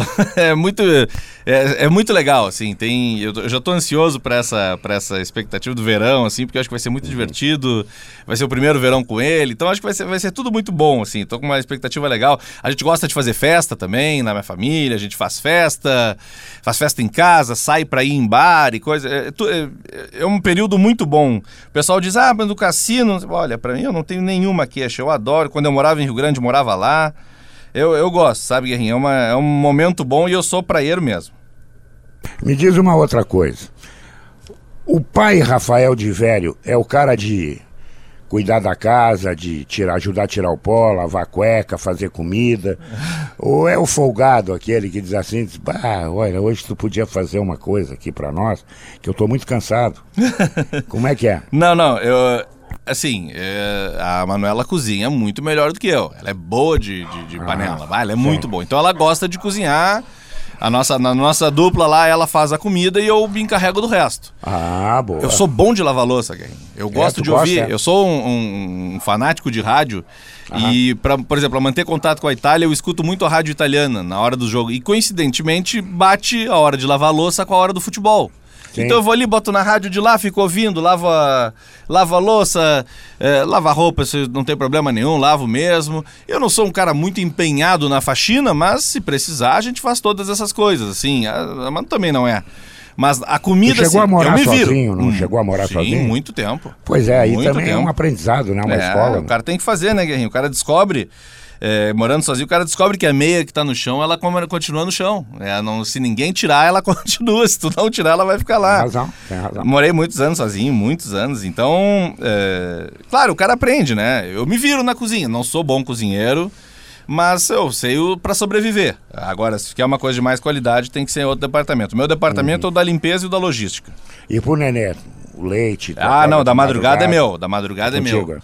é muito legal, assim, eu já tô ansioso para essa expectativa do verão, assim, porque eu acho que vai ser muito divertido, vai ser o primeiro verão com ele, então acho que vai ser tudo muito bom, assim, tô com uma expectativa legal. A gente gosta de fazer festa também, na minha família, a gente faz festa em casa, sai para ir em bar e coisa, é um período muito bom. O pessoal diz, mas no cassino, olha, para mim eu não tenho nenhuma queixa, eu adoro, quando eu morava em Rio Grande, morava lá. Eu gosto, sabe, Guerrinho? É um momento bom e eu sou praieiro mesmo. Me diz uma outra coisa. O pai Rafael de Velho é o cara de cuidar da casa, de ajudar a tirar o pó, lavar a cueca, fazer comida? Ou é o folgado aquele que diz assim, olha, hoje tu podia fazer uma coisa aqui pra nós, que eu tô muito cansado. Como é que é? Não, assim, a Manuela cozinha muito melhor do que eu. Ela é boa de panela, ela é muito boa. Então ela gosta de cozinhar. Na nossa dupla lá, ela faz a comida e eu me encarrego do resto. Boa. Eu sou bom de lavar louça, Guerrinho. Eu gosto de ouvir. Eu sou um fanático de rádio. E, por exemplo, para manter contato com a Itália, eu escuto muito a rádio italiana na hora do jogo. E, coincidentemente, bate a hora de lavar louça com a hora do futebol. Sim. Então eu vou ali, boto na rádio de lá, fico ouvindo, lavo a louça, lavo a roupa, se não tem problema nenhum, lavo mesmo. Eu não sou um cara muito empenhado na faxina, mas se precisar a gente faz todas essas coisas, assim, a Manu também não é. Mas a comida, tu chegou assim, a morar eu me viro. sozinho, não chegou a morar sozinho? Sim, muito tempo. Pois é, aí muito também tempo. É um aprendizado, né, uma escola. O cara tem que fazer, né, Guerrinho? O cara descobre... morando sozinho, o cara descobre que a meia que tá no chão, ela continua no chão. Se ninguém tirar, ela continua. Se tu não tirar, ela vai ficar lá. Tem razão. Morei muitos anos sozinho, muitos anos. Então, claro, o cara aprende, né? Eu me viro na cozinha. Não sou bom cozinheiro, mas eu sei pra sobreviver. Agora, se quer uma coisa de mais qualidade, tem que ser outro departamento. O meu departamento é o da limpeza e o da logística. E pro nenê? O leite? Não, da madrugada é meu. Da madrugada é meu.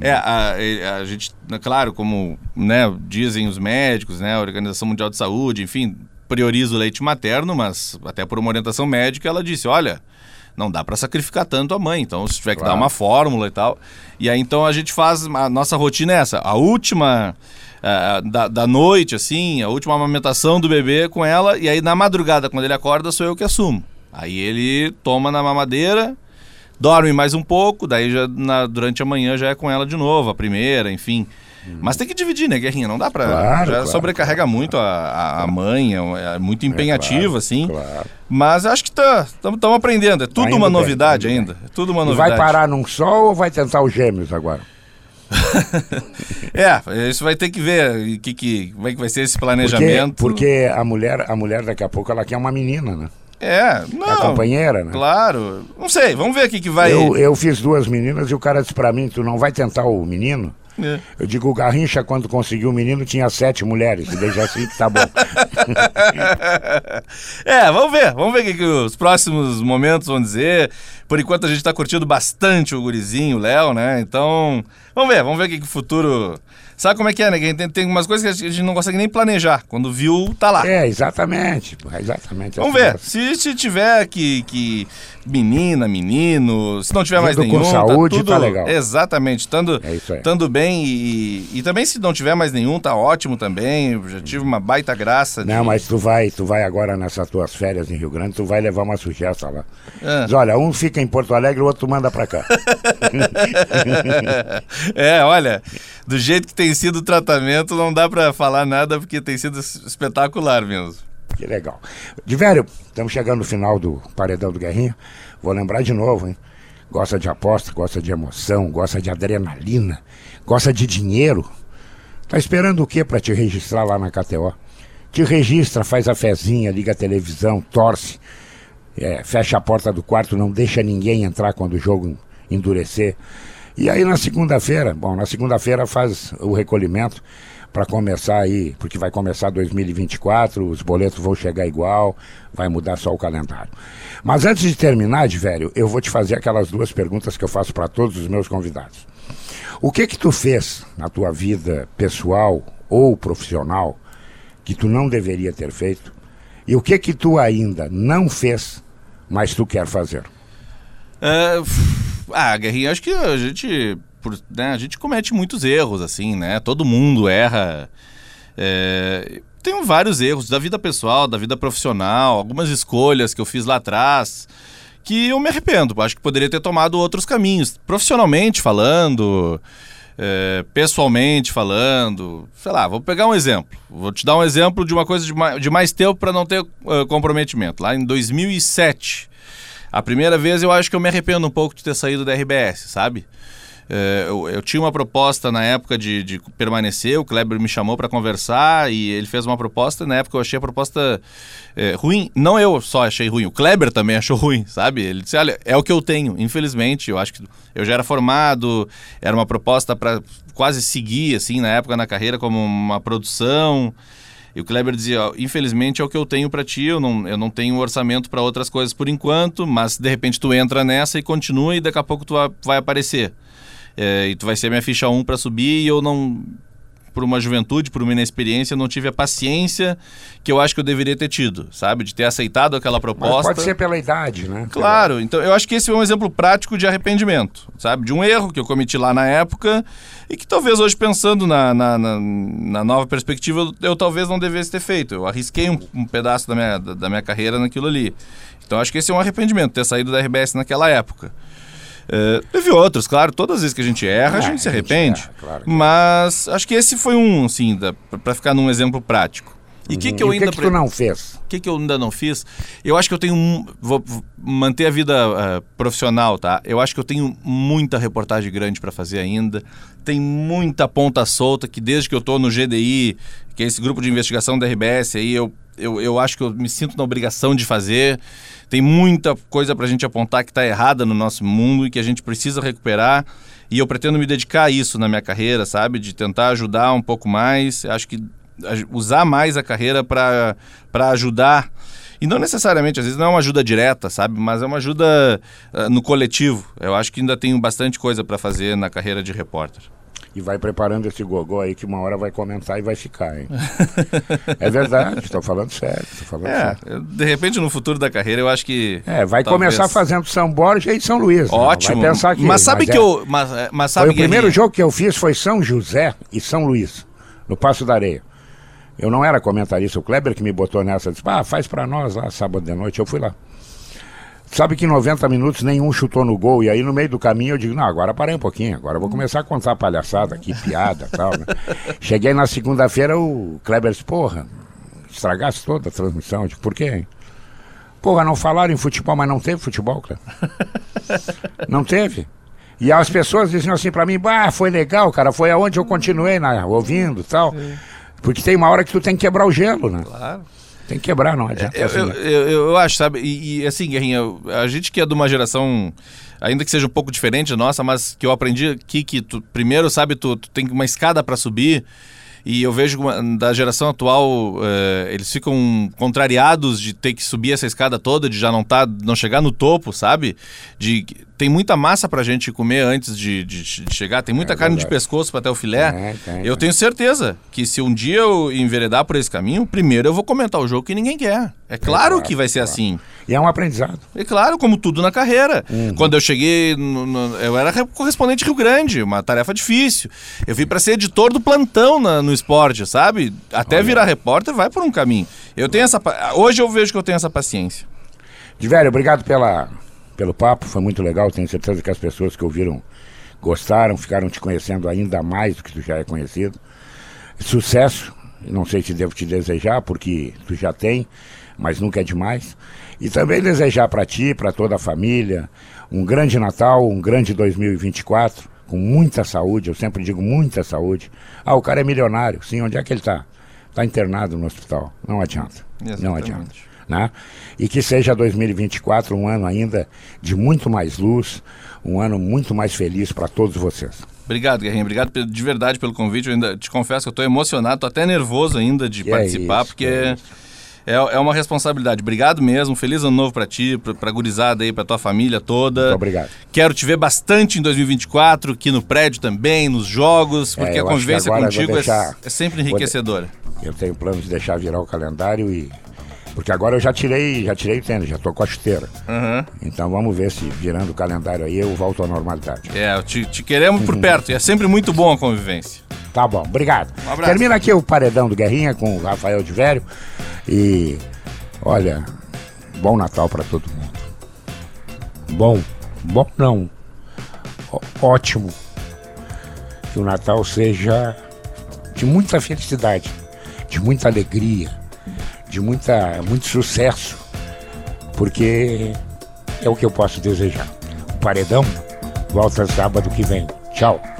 A gente, claro, como, né, dizem os médicos, né, a Organização Mundial de Saúde, enfim, prioriza o leite materno, mas até por uma orientação médica ela disse, olha, não dá para sacrificar tanto a mãe, então se tiver que dar uma fórmula e tal. E aí então a gente faz, a nossa rotina é essa, a última da noite, assim, a última amamentação do bebê com ela, e aí na madrugada, quando ele acorda, sou eu que assumo. Aí ele toma na mamadeira, dorme mais um pouco, daí durante a manhã já é com ela de novo, a primeira, enfim. Mas tem que dividir, né, Guerrinha? Não dá pra... sobrecarrega muito a mãe, é muito empenhativa, assim. Claro. Mas acho que estamos aprendendo. É tudo uma novidade ainda. É tudo uma novidade. Vai parar num só ou vai tentar os gêmeos agora? Isso vai ter que ver como é que vai ser esse planejamento. Porque a mulher daqui a pouco ela quer uma menina, né? Não. É a companheira, né? Claro. Não sei, vamos ver o que vai... Eu fiz 2 meninas e o cara disse pra mim, tu não vai tentar o menino? Eu digo, o Garrincha, quando conseguiu o menino, tinha 7 mulheres. E deixa assim que tá bom. Vamos ver o que os próximos momentos vão dizer. Por enquanto a gente tá curtindo bastante o gurizinho, o Léo, né? Então, vamos ver o que o futuro... Sabe como é que é, né? Tem umas coisas que a gente não consegue nem planejar. Quando viu, tá lá. Exatamente. Vamos ver. Se tiver que menina, menino, se não tiver mais nenhum... com saúde, tudo, tá legal. Exatamente. Estando bem e também se não tiver mais nenhum, tá ótimo também. Eu já tive uma baita graça. Não, mas tu vai agora nessas tuas férias em Rio Grande, tu vai levar uma sugestão lá. Diz, olha, um fica em Porto Alegre, o outro manda pra cá. Olha, do jeito que tem sido o tratamento, não dá pra falar nada, porque tem sido espetacular mesmo. Que legal. De velho, estamos chegando no final do Paredão do Guerrinha. Vou lembrar de novo, hein? Gosta de aposta, gosta de emoção, gosta de adrenalina, gosta de dinheiro. Tá esperando o quê pra te registrar lá na KTO? Te registra, faz a fezinha, liga a televisão, torce, fecha a porta do quarto, não deixa ninguém entrar quando o jogo endurecer. E aí na segunda-feira faz o recolhimento para começar aí, porque vai começar 2024, os boletos vão chegar igual, vai mudar só o calendário. Mas antes de terminar, de velho, eu vou te fazer aquelas 2 perguntas que eu faço para todos os meus convidados. O que tu fez na tua vida pessoal ou profissional que tu não deveria ter feito? E o que tu ainda não fez, mas tu quer fazer? Guerrinha, acho que a gente comete muitos erros, assim, né? Todo mundo erra. Tenho vários erros da vida pessoal, da vida profissional, algumas escolhas que eu fiz lá atrás que eu me arrependo. Acho que poderia ter tomado outros caminhos. Profissionalmente falando, pessoalmente falando, sei lá, vou pegar um exemplo. Vou te dar um exemplo de uma coisa de mais tempo para não ter comprometimento. Lá em 2007... A primeira vez eu acho que eu me arrependo um pouco de ter saído da RBS, sabe? Eu tinha uma proposta na época de permanecer, o Kleber me chamou para conversar e ele fez uma proposta, e na época eu achei a proposta ruim. Não eu só achei ruim, o Kleber também achou ruim, sabe? Ele disse, olha, é o que eu tenho, infelizmente. Eu acho que eu já era formado, era uma proposta para quase seguir, assim, na época na carreira como uma produção... E o Kleber dizia, infelizmente é o que eu tenho para ti, eu não tenho orçamento para outras coisas por enquanto, mas de repente tu entra nessa e continua e daqui a pouco tu vai aparecer. E tu vai ser minha ficha 1 para subir e eu não, por uma juventude, por uma inexperiência, não tive a paciência que eu acho que eu deveria ter tido, sabe? De ter aceitado aquela proposta. Mas pode ser pela idade, né? Claro, então eu acho que esse é um exemplo prático de arrependimento, sabe? De um erro que eu cometi lá na época e que talvez hoje, pensando na nova perspectiva, eu talvez não devesse ter feito. Eu arrisquei um pedaço da minha carreira naquilo ali. Então acho que esse é um arrependimento, ter saído da RBS naquela época. Teve outros, claro, todas as vezes que a gente erra, a gente se arrepende. Claro. Mas acho que esse foi um, assim, para ficar num exemplo prático. E o que eu ainda... O que tu não fez? O que eu ainda não fiz? Eu acho que eu tenho... Vou manter a vida profissional, tá? Eu acho que eu tenho muita reportagem grande para fazer ainda. Tem muita ponta solta que desde que eu tô no GDI, que é esse grupo de investigação da RBS, aí eu acho que eu me sinto na obrigação de fazer. Tem muita coisa pra gente apontar que tá errada no nosso mundo e que a gente precisa recuperar. E eu pretendo me dedicar a isso na minha carreira, sabe? De tentar ajudar um pouco mais. Acho que usar mais a carreira para ajudar. E não necessariamente, às vezes não é uma ajuda direta, sabe? Mas é uma ajuda no coletivo. Eu acho que ainda tenho bastante coisa para fazer na carreira de repórter. E vai preparando esse gogó aí que uma hora vai comentar e vai ficar, hein? É verdade, estou falando sério. De repente no futuro da carreira eu acho que... vai talvez começar fazendo São Borja e São Luís. Ótimo. Vai pensar que... Mas sabe que eu... Mas sabe o primeiro jogo que eu fiz foi São José e São Luís, no Passo da Areia. Eu não era comentarista, o Kleber que me botou nessa, disse, faz pra nós lá, sábado de noite, eu fui lá. Sabe que em 90 minutos nenhum chutou no gol, e aí no meio do caminho eu digo, não, agora parei um pouquinho, agora eu vou começar a contar palhaçada aqui, piada e tal, né? Cheguei na segunda-feira, o Kleber disse, porra, estragasse toda a transmissão, eu digo, por quê, hein? Porra, não falaram em futebol, mas não teve futebol, Kleber. Não teve. E as pessoas diziam assim pra mim, foi legal, cara, foi aonde eu continuei ouvindo e tal. Sim. Porque tem uma hora que tu tem que quebrar o gelo, né? Claro. Tem que quebrar, não adianta. Eu acho, sabe? E assim, Guerrinha, a gente que é de uma geração ainda que seja um pouco diferente da nossa, mas que eu aprendi aqui que primeiro, sabe, tu tem uma escada para subir. E eu vejo da geração atual, eles ficam contrariados de ter que subir essa escada toda, de já não chegar no topo, sabe? Tem muita massa pra gente comer antes de chegar, tem muita carne de pescoço pra até o filé. Eu tenho certeza que se um dia eu enveredar por esse caminho, primeiro eu vou comentar o jogo que ninguém quer. É claro que vai ser assim. E é um aprendizado. É claro, como tudo na carreira. Quando eu cheguei, eu era correspondente Rio Grande, uma tarefa difícil. Eu vim para ser editor do plantão no esporte, sabe? Até virar repórter vai por um caminho. Hoje eu vejo que eu tenho essa paciência. Divério, obrigado pelo papo, foi muito legal. Tenho certeza que as pessoas que ouviram gostaram, ficaram te conhecendo ainda mais do que tu já é conhecido. Sucesso, não sei se devo te desejar, porque tu já tem, mas nunca é demais. E também desejar para ti, para toda a família, um grande Natal, um grande 2024, com muita saúde, eu sempre digo muita saúde. O cara é milionário, sim, onde é que ele está? Está internado no hospital, não adianta, não adianta. Né? E que seja 2024 um ano ainda de muito mais luz, um ano muito mais feliz para todos vocês. Obrigado, Guerrinha, obrigado de verdade pelo convite. Eu ainda te confesso que eu estou emocionado, estou até nervoso ainda de participar, porque é uma responsabilidade. Obrigado mesmo, feliz ano novo para ti, para a gurizada aí, para tua família toda. Muito obrigado. Quero te ver bastante em 2024, aqui no prédio também, nos jogos, porque a convivência contigo é sempre enriquecedora. Eu tenho plano de deixar virar o calendário porque agora eu já tirei o tênis, já tô com a chuteira. Então vamos ver se virando o calendário aí eu volto à normalidade. Te queremos por perto e é sempre muito bom a convivência. Tá bom, obrigado. Um abraço. Termina aqui o Paredão do Guerrinha com o Rafael Divério. E olha, bom Natal para todo mundo. Bom não. Ótimo. Que o Natal seja de muita felicidade, de muita alegria, de muito sucesso, porque é o que eu posso desejar. O Paredão volta sábado que vem. Tchau.